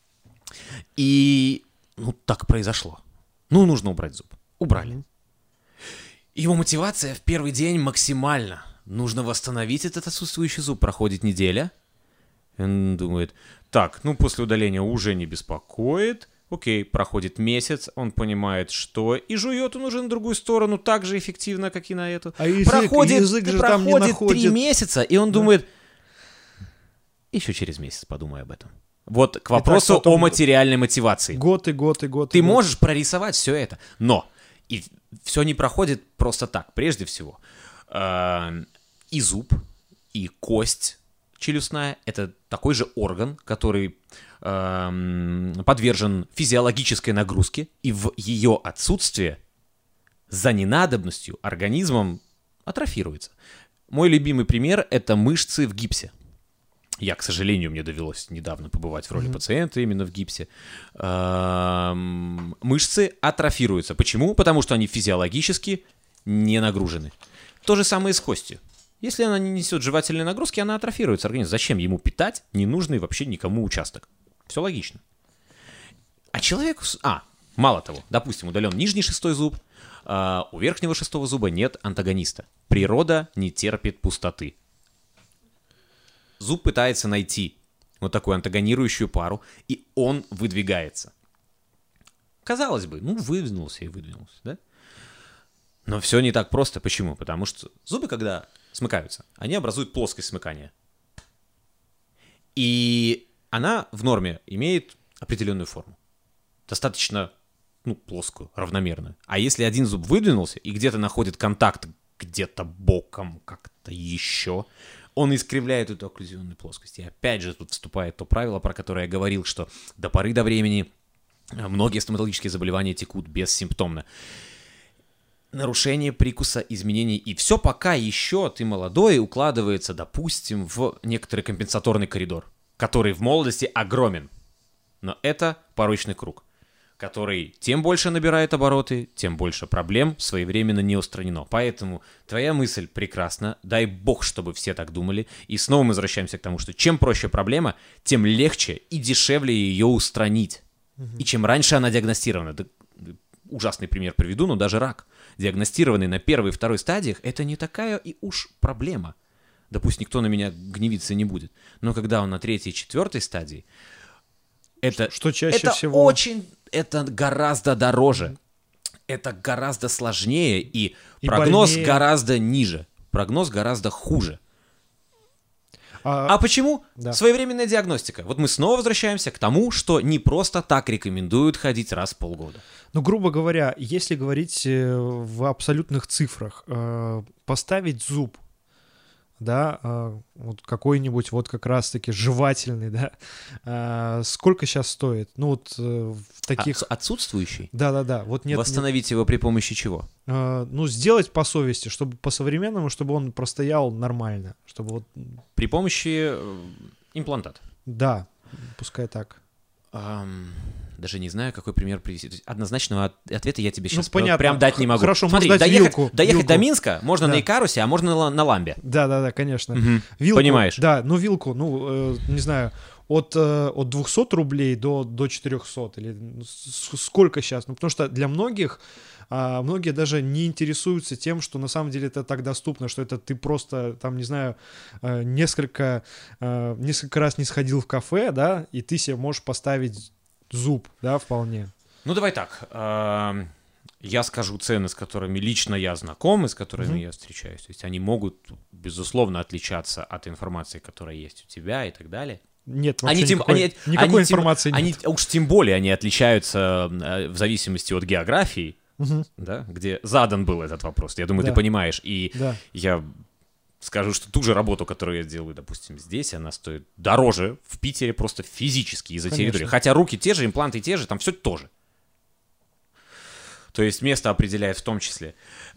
И, ну, так произошло. Ну, нужно убрать зуб. Убрали. Его мотивация в первый день максимальна. Нужно восстановить этот отсутствующий зуб. Проходит неделя. Он думает, так, ну, после удаления уже не беспокоит. Окей, проходит месяц, он понимает, что и жует он уже на другую сторону так же эффективно, как и на эту. А проходит 3 месяца, и он думает... Еще через месяц подумай об этом. Вот к вопросу о материальной мотивации. Год. Ты можешь прорисовать все это, но и все не проходит просто так. Прежде всего, и зуб, и кость челюстная — это такой же орган, который подвержен физиологической нагрузке, и в ее отсутствие за ненадобностью организмом атрофируется. Мой любимый пример — это мышцы в гипсе. Я, к сожалению, мне довелось недавно побывать в роли пациента именно в гипсе. Мышцы атрофируются. Почему? Потому что они физиологически не нагружены. То же самое и с костью. Если она не несет жевательной нагрузки, она атрофируется. Организм. Зачем ему питать ненужный вообще никому участок? Все логично. А человеку... мало того, допустим, удален нижний 6-й зуб, у верхнего 6-го зуба нет антагониста. Природа не терпит пустоты. Зуб пытается найти вот такую антагонирующую пару, и он выдвигается. Казалось бы, ну, выдвинулся и выдвинулся, да? Но все не так просто. Почему? Потому что зубы, когда смыкаются, они образуют плоскость смыкания. И она в норме имеет определенную форму. Достаточно, ну, плоскую, равномерную. А если один зуб выдвинулся и где-то находит контакт где-то боком, как-то еще... он искривляет эту окклюзионную плоскость. И опять же тут вступает то правило, про которое я говорил, что до поры до времени многие стоматологические заболевания текут бессимптомно. Нарушение прикуса, изменений. И все пока еще ты молодой укладывается, допустим, в некоторый компенсаторный коридор. который в молодости огромен. Но это порочный круг, который тем больше набирает обороты, тем больше проблем своевременно не устранено. Поэтому твоя мысль прекрасна, дай бог, чтобы все так думали. И снова мы возвращаемся к тому, что чем проще проблема, тем легче и дешевле ее устранить. И чем раньше она диагностирована. Да, ужасный пример приведу, но даже рак, диагностированный на первой и второй стадиях, это не такая и уж проблема. Да пусть никто на меня гневиться не будет. Но когда он на третьей и четвертой стадии, это, что чаще это всего... очень, это гораздо дороже, это гораздо сложнее, и прогноз больнее. гораздо ниже, прогноз гораздо хуже. А почему? Да. Своевременная диагностика. Вот мы снова возвращаемся к тому, что не просто так рекомендуют ходить раз в полгода. Ну, грубо говоря, если говорить в абсолютных цифрах, поставить зуб, да, вот какой-нибудь вот как раз-таки жевательный, да, сколько сейчас стоит? Ну, вот в таких... Отсутствующий? Да-да-да. Вот нет, восстановить его при помощи чего? Ну, сделать по совести, чтобы по-современному, чтобы он простоял нормально, чтобы вот... При помощи имплантата? Да, пускай так. Даже не знаю, какой пример привести. То есть однозначного ответа я тебе сейчас понятно. прям дать не могу. Хорошо, смотри, можно дать доехать вилку. до Минска можно Да. на Икарусе, а можно на Ламбе. Да, конечно. Мгм. Вилку, Понимаешь. Да, ну вилку, не знаю, от 200 рублей до 400 или сколько сейчас? Ну, потому что для многих, многие даже не интересуются тем, что на самом деле это так доступно, что это ты просто, там, не знаю, несколько раз не сходил в кафе, да, и ты себе можешь поставить зуб, да, вполне. Ну, давай так. Я скажу цены, с которыми лично я знаком и с которыми я встречаюсь. То есть они могут, безусловно, отличаться от информации, которая есть у тебя и так далее. Нет, вообще Они никакой информации нет. Уж тем более они отличаются в зависимости от географии, да, где задан был этот вопрос. Я думаю, Да. ты понимаешь. И Да. я скажу, что ту же работу, которую я делаю, допустим, здесь, она стоит дороже в Питере просто физически из-за Конечно. территории. Хотя руки те же, импланты те же, там все то же. То есть место определяет в том числе.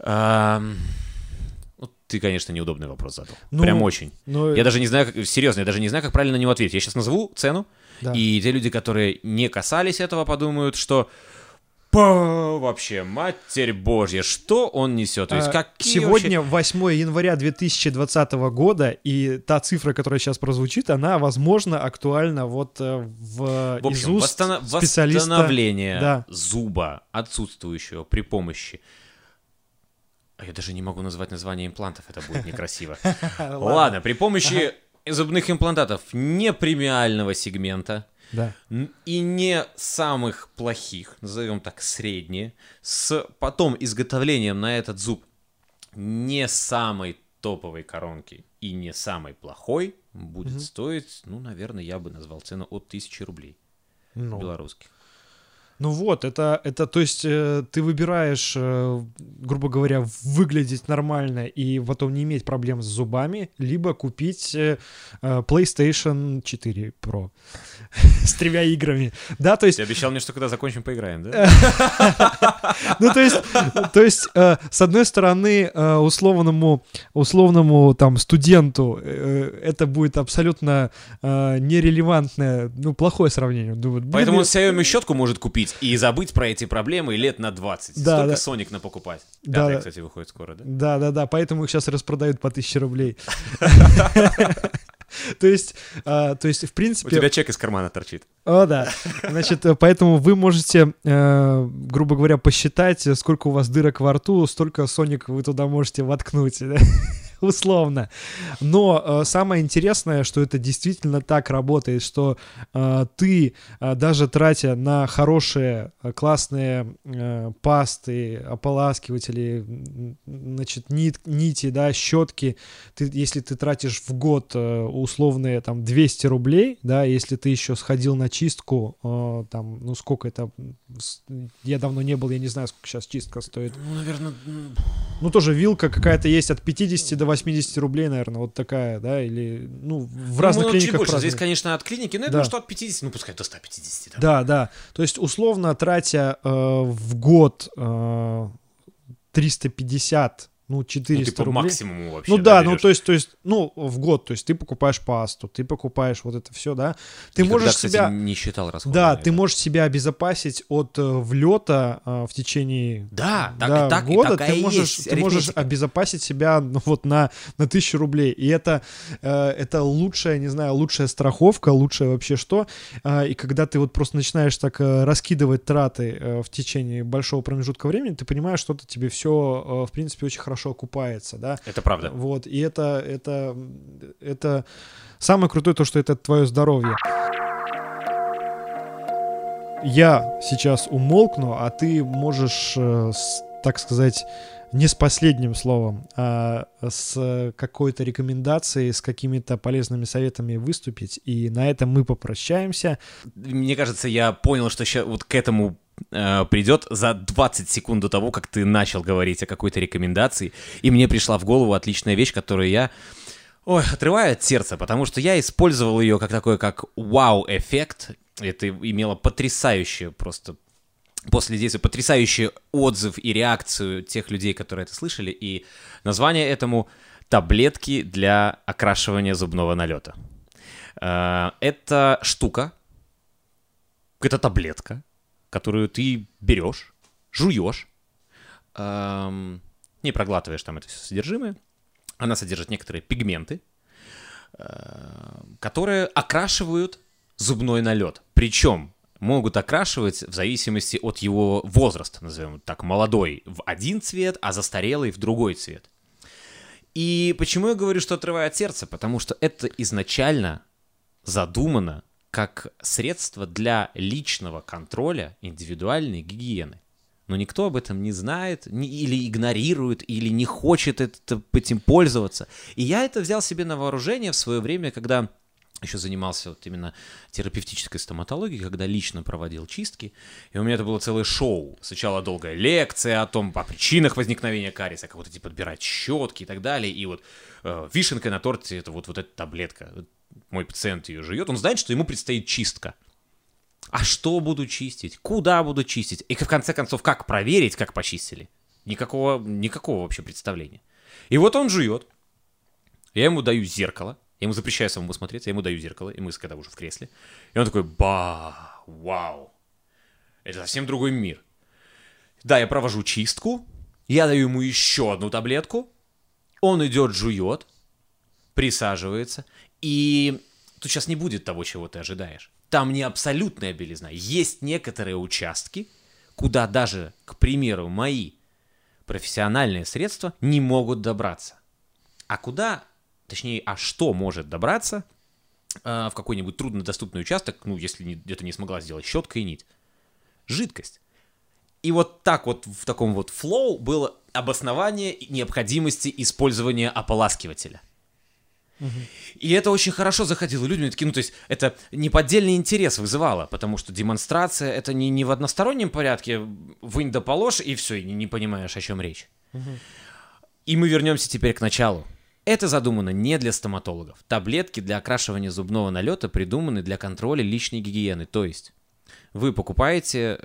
Ты, конечно, неудобный вопрос задал. Ну, Прям очень. Ну, Я даже не знаю, серьезно, я даже не знаю, как правильно на него ответить. Я сейчас назову цену, да. и те люди, которые не касались этого, подумают, что вообще, Матерь Божья, что он несет? То есть, какие Сегодня вообще... 8 января 2020 года, и та цифра, которая сейчас прозвучит, она, возможно, актуальна вот из общем, уст специалиста. восстановление Да. зуба отсутствующего при помощи... Я даже не могу назвать название имплантов, это будет некрасиво. Ладно, при помощи зубных имплантатов не премиального сегмента, Да. и не самых плохих, назовем так, средние, с потом изготовлением на этот зуб не самой топовой коронки и не самой плохой, будет стоить, наверное, я бы назвал цену от 1000 рублей белорусских. Ну вот, это то есть ты выбираешь, грубо говоря, выглядеть нормально и потом не иметь проблем с зубами, либо купить PlayStation 4 Pro с 3 играми. Да, то есть... Ты обещал мне, что когда закончим, поиграем, да? Ну, то есть, с одной стороны, условному там студенту это будет абсолютно нерелевантное, плохое сравнение. Поэтому он Xiaomi щетку может купить и забыть про эти проблемы лет на 20. Да, Столько да. Sonic напокупать. Да, Пятая, да. кстати, выходит скоро, да? Да, поэтому их сейчас распродают по 1000 рублей. То есть, в У принципе... тебя чек из кармана торчит. О, да. Значит, поэтому вы можете, грубо говоря, посчитать, сколько у вас дырок во рту, столько Sonic вы туда можете воткнуть. Да? Условно. Но самое интересное, что это действительно так работает, что ты, даже тратя на хорошие, классные пасты, ополаскиватели, значит, нити, да, щетки, если ты тратишь в год условные там 200 рублей, да, если ты еще сходил на чистку, там, сколько это, я давно не был, я не знаю, сколько сейчас чистка стоит. Наверное... Тоже вилка какая-то есть от 50 до 80 рублей, наверное, вот такая, да, или, в разных клиниках чуть больше. по-разному. Здесь, конечно, от клиники, но я думаю, что от 50, пускай до 150. Да. То есть, условно, тратя в год 350 Ну, 400 по рублей. максимуму вообще. Ну да, берешь. то есть, ну, в год, то есть ты покупаешь пасту, ты покупаешь вот это все, да. Ты Никогда, можешь кстати, себя... не считал расходы. Да, на ты это. можешь себя обезопасить от влета в течение Да, года. такая Ты и можешь, есть ты можешь арифметика. обезопасить себя ну, вот на 1000 рублей. И это лучшая, не знаю, лучшая страховка, лучшее вообще что. И когда ты вот просто начинаешь так раскидывать траты в течение большого промежутка времени, ты понимаешь, что это тебе все, в принципе, очень хорошо окупается, да. Это правда. Вот, и это самое крутое то, что это твое здоровье. Я сейчас умолкну, а ты можешь, так сказать, не с последним словом, а с какой-то рекомендацией, с какими-то полезными советами выступить. И на этом мы попрощаемся. Мне кажется, я понял, что сейчас вот к этому придет за 20 секунд до того, как ты начал говорить о какой-то рекомендации. И мне пришла в голову отличная вещь, которую я... отрываю от сердца, потому что я использовал ее как такой, как вау-эффект. Это имело потрясающее просто после действия, потрясающий отзыв и реакцию тех людей, которые это слышали. И название этому «Таблетки для окрашивания зубного налета». Это штука, это таблетка, которую ты берешь, жуешь, не проглатываешь там это все содержимое. Она содержит некоторые пигменты, которые окрашивают зубной налет. Причем могут окрашивать в зависимости от его возраста, назовем так, молодой в один цвет, а застарелый в другой цвет. И почему я говорю, что отрывает сердце? Потому что это изначально задумано как средство для личного контроля, индивидуальной гигиены. Но никто об этом не знает, или игнорирует, или не хочет этим пользоваться. И я это взял себе на вооружение в свое время, когда еще занимался вот именно терапевтической стоматологией, когда лично проводил чистки. И у меня это было целое шоу. Сначала долгая лекция о том, о причинах возникновения кариеса, как вот эти подбирать щетки и так далее. И вот вишенкой на торте это вот эта таблетка. Мой пациент ее жует, он знает, что ему предстоит чистка. А что буду чистить? Куда буду чистить? И в конце концов, как проверить, как почистили? Никакого вообще представления. И вот он жует. Я ему даю зеркало. Я ему запрещаю самому смотреть. Я ему даю зеркало. И мы когда уже в кресле. И он такой, вау. Это совсем другой мир. Да, я провожу чистку. Я даю ему еще одну таблетку. Он идет, жует. Присаживается. И тут сейчас не будет того, чего ты ожидаешь. Там не абсолютная белизна. Есть некоторые участки, куда даже, к примеру, мои профессиональные средства не могут добраться. А куда, точнее, что может добраться в какой-нибудь труднодоступный участок, ну, если это не смогла сделать щетка и нить? Жидкость. И вот так вот в таком вот флоу было обоснование необходимости использования ополаскивателя. И это очень хорошо заходило людям, такие, ну, то есть это неподдельный интерес вызывало, потому что демонстрация это не в одностороннем порядке, вынь да положь, и все, и не понимаешь, о чем речь. И мы вернемся теперь к началу. Это задумано не для стоматологов. Таблетки для окрашивания зубного налета придуманы для контроля личной гигиены. То есть вы покупаете,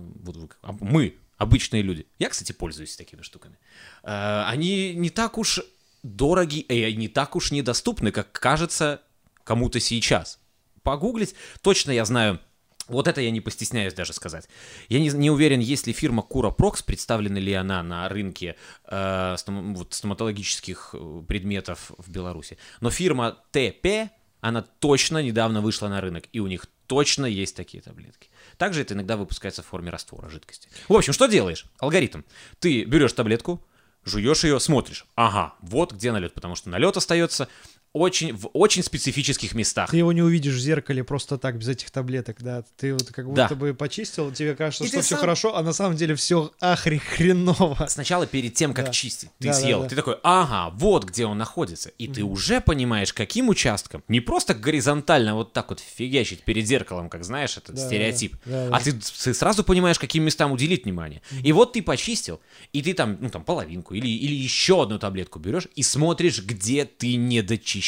мы, обычные люди, я, кстати, пользуюсь такими штуками, они не так уж дороги и не так уж недоступны, как кажется кому-то сейчас. Погуглить, точно я знаю, вот это я не постесняюсь даже сказать. Я не уверен, есть ли фирма Curaprox, представлена ли она на рынке стоматологических предметов в Беларуси. Но фирма ТП, она точно недавно вышла на рынок, и у них точно есть такие таблетки. Также это иногда выпускается в форме раствора жидкости. В общем, что делаешь? Алгоритм. Ты берешь таблетку, жуешь ее, смотришь. Ага, вот где налет, потому что налет остается в очень специфических местах. Ты его не увидишь в зеркале просто так, без этих таблеток, да. Ты вот как будто бы почистил, тебе кажется, и что все хорошо, а на самом деле все хреново. Сначала перед тем, как чистить, ты съел, ты такой, ага, вот где он находится. И ты уже понимаешь, каким участком. Не просто горизонтально вот так вот фигачить перед зеркалом, как знаешь, этот стереотип. А ты сразу понимаешь, каким местам уделить внимание. И вот ты почистил, и ты там половинку или еще одну таблетку берешь и смотришь, где ты не дочищаешь.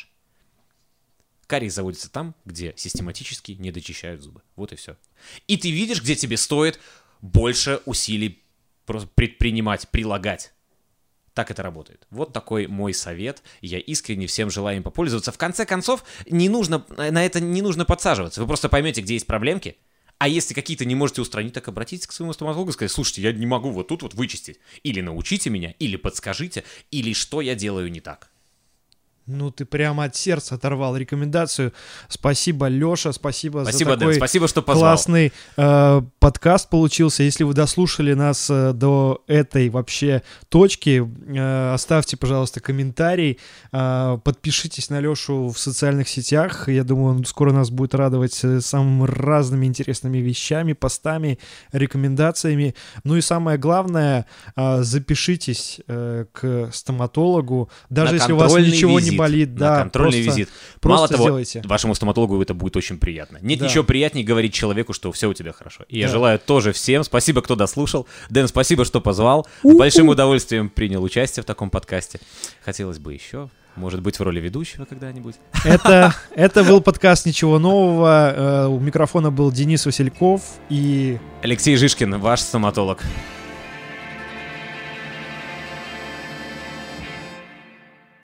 Кариес заводится там, где систематически не дочищают зубы. Вот и все. И ты видишь, где тебе стоит больше усилий предпринимать, прилагать. Так это работает. Вот такой мой совет. Я искренне всем желаю им попользоваться. В конце концов, на это не нужно подсаживаться. Вы просто поймете, где есть проблемки. А если какие-то не можете устранить, так обратитесь к своему стоматологу и скажите: слушайте, я не могу вот тут вот вычистить. Или научите меня, или подскажите, или что я делаю не так. Ну, ты прямо от сердца оторвал рекомендацию. Спасибо, Леша, спасибо за такой Дэн, спасибо, что позвал. Классный подкаст получился. Если вы дослушали нас до этой вообще точки, оставьте, пожалуйста, комментарий, подпишитесь на Лешу в социальных сетях. Я думаю, он скоро нас будет радовать самыми разными интересными вещами, постами, рекомендациями. Ну и самое главное, запишитесь к стоматологу, даже если у вас ничего не болит, да, контрольный визит. Просто Мало того, сделайте. Вашему стоматологу это будет очень приятно. Нет Да. ничего приятнее говорить человеку, что все у тебя хорошо. И я Да. желаю тоже всем. Спасибо, кто дослушал. Дэн, спасибо, что позвал. С большим удовольствием принял участие в таком подкасте. Хотелось бы еще, может быть, в роли ведущего когда-нибудь. Это был подкаст «Ничего нового». У микрофона был Денис Васильков и... Алексей Жишкин, ваш стоматолог.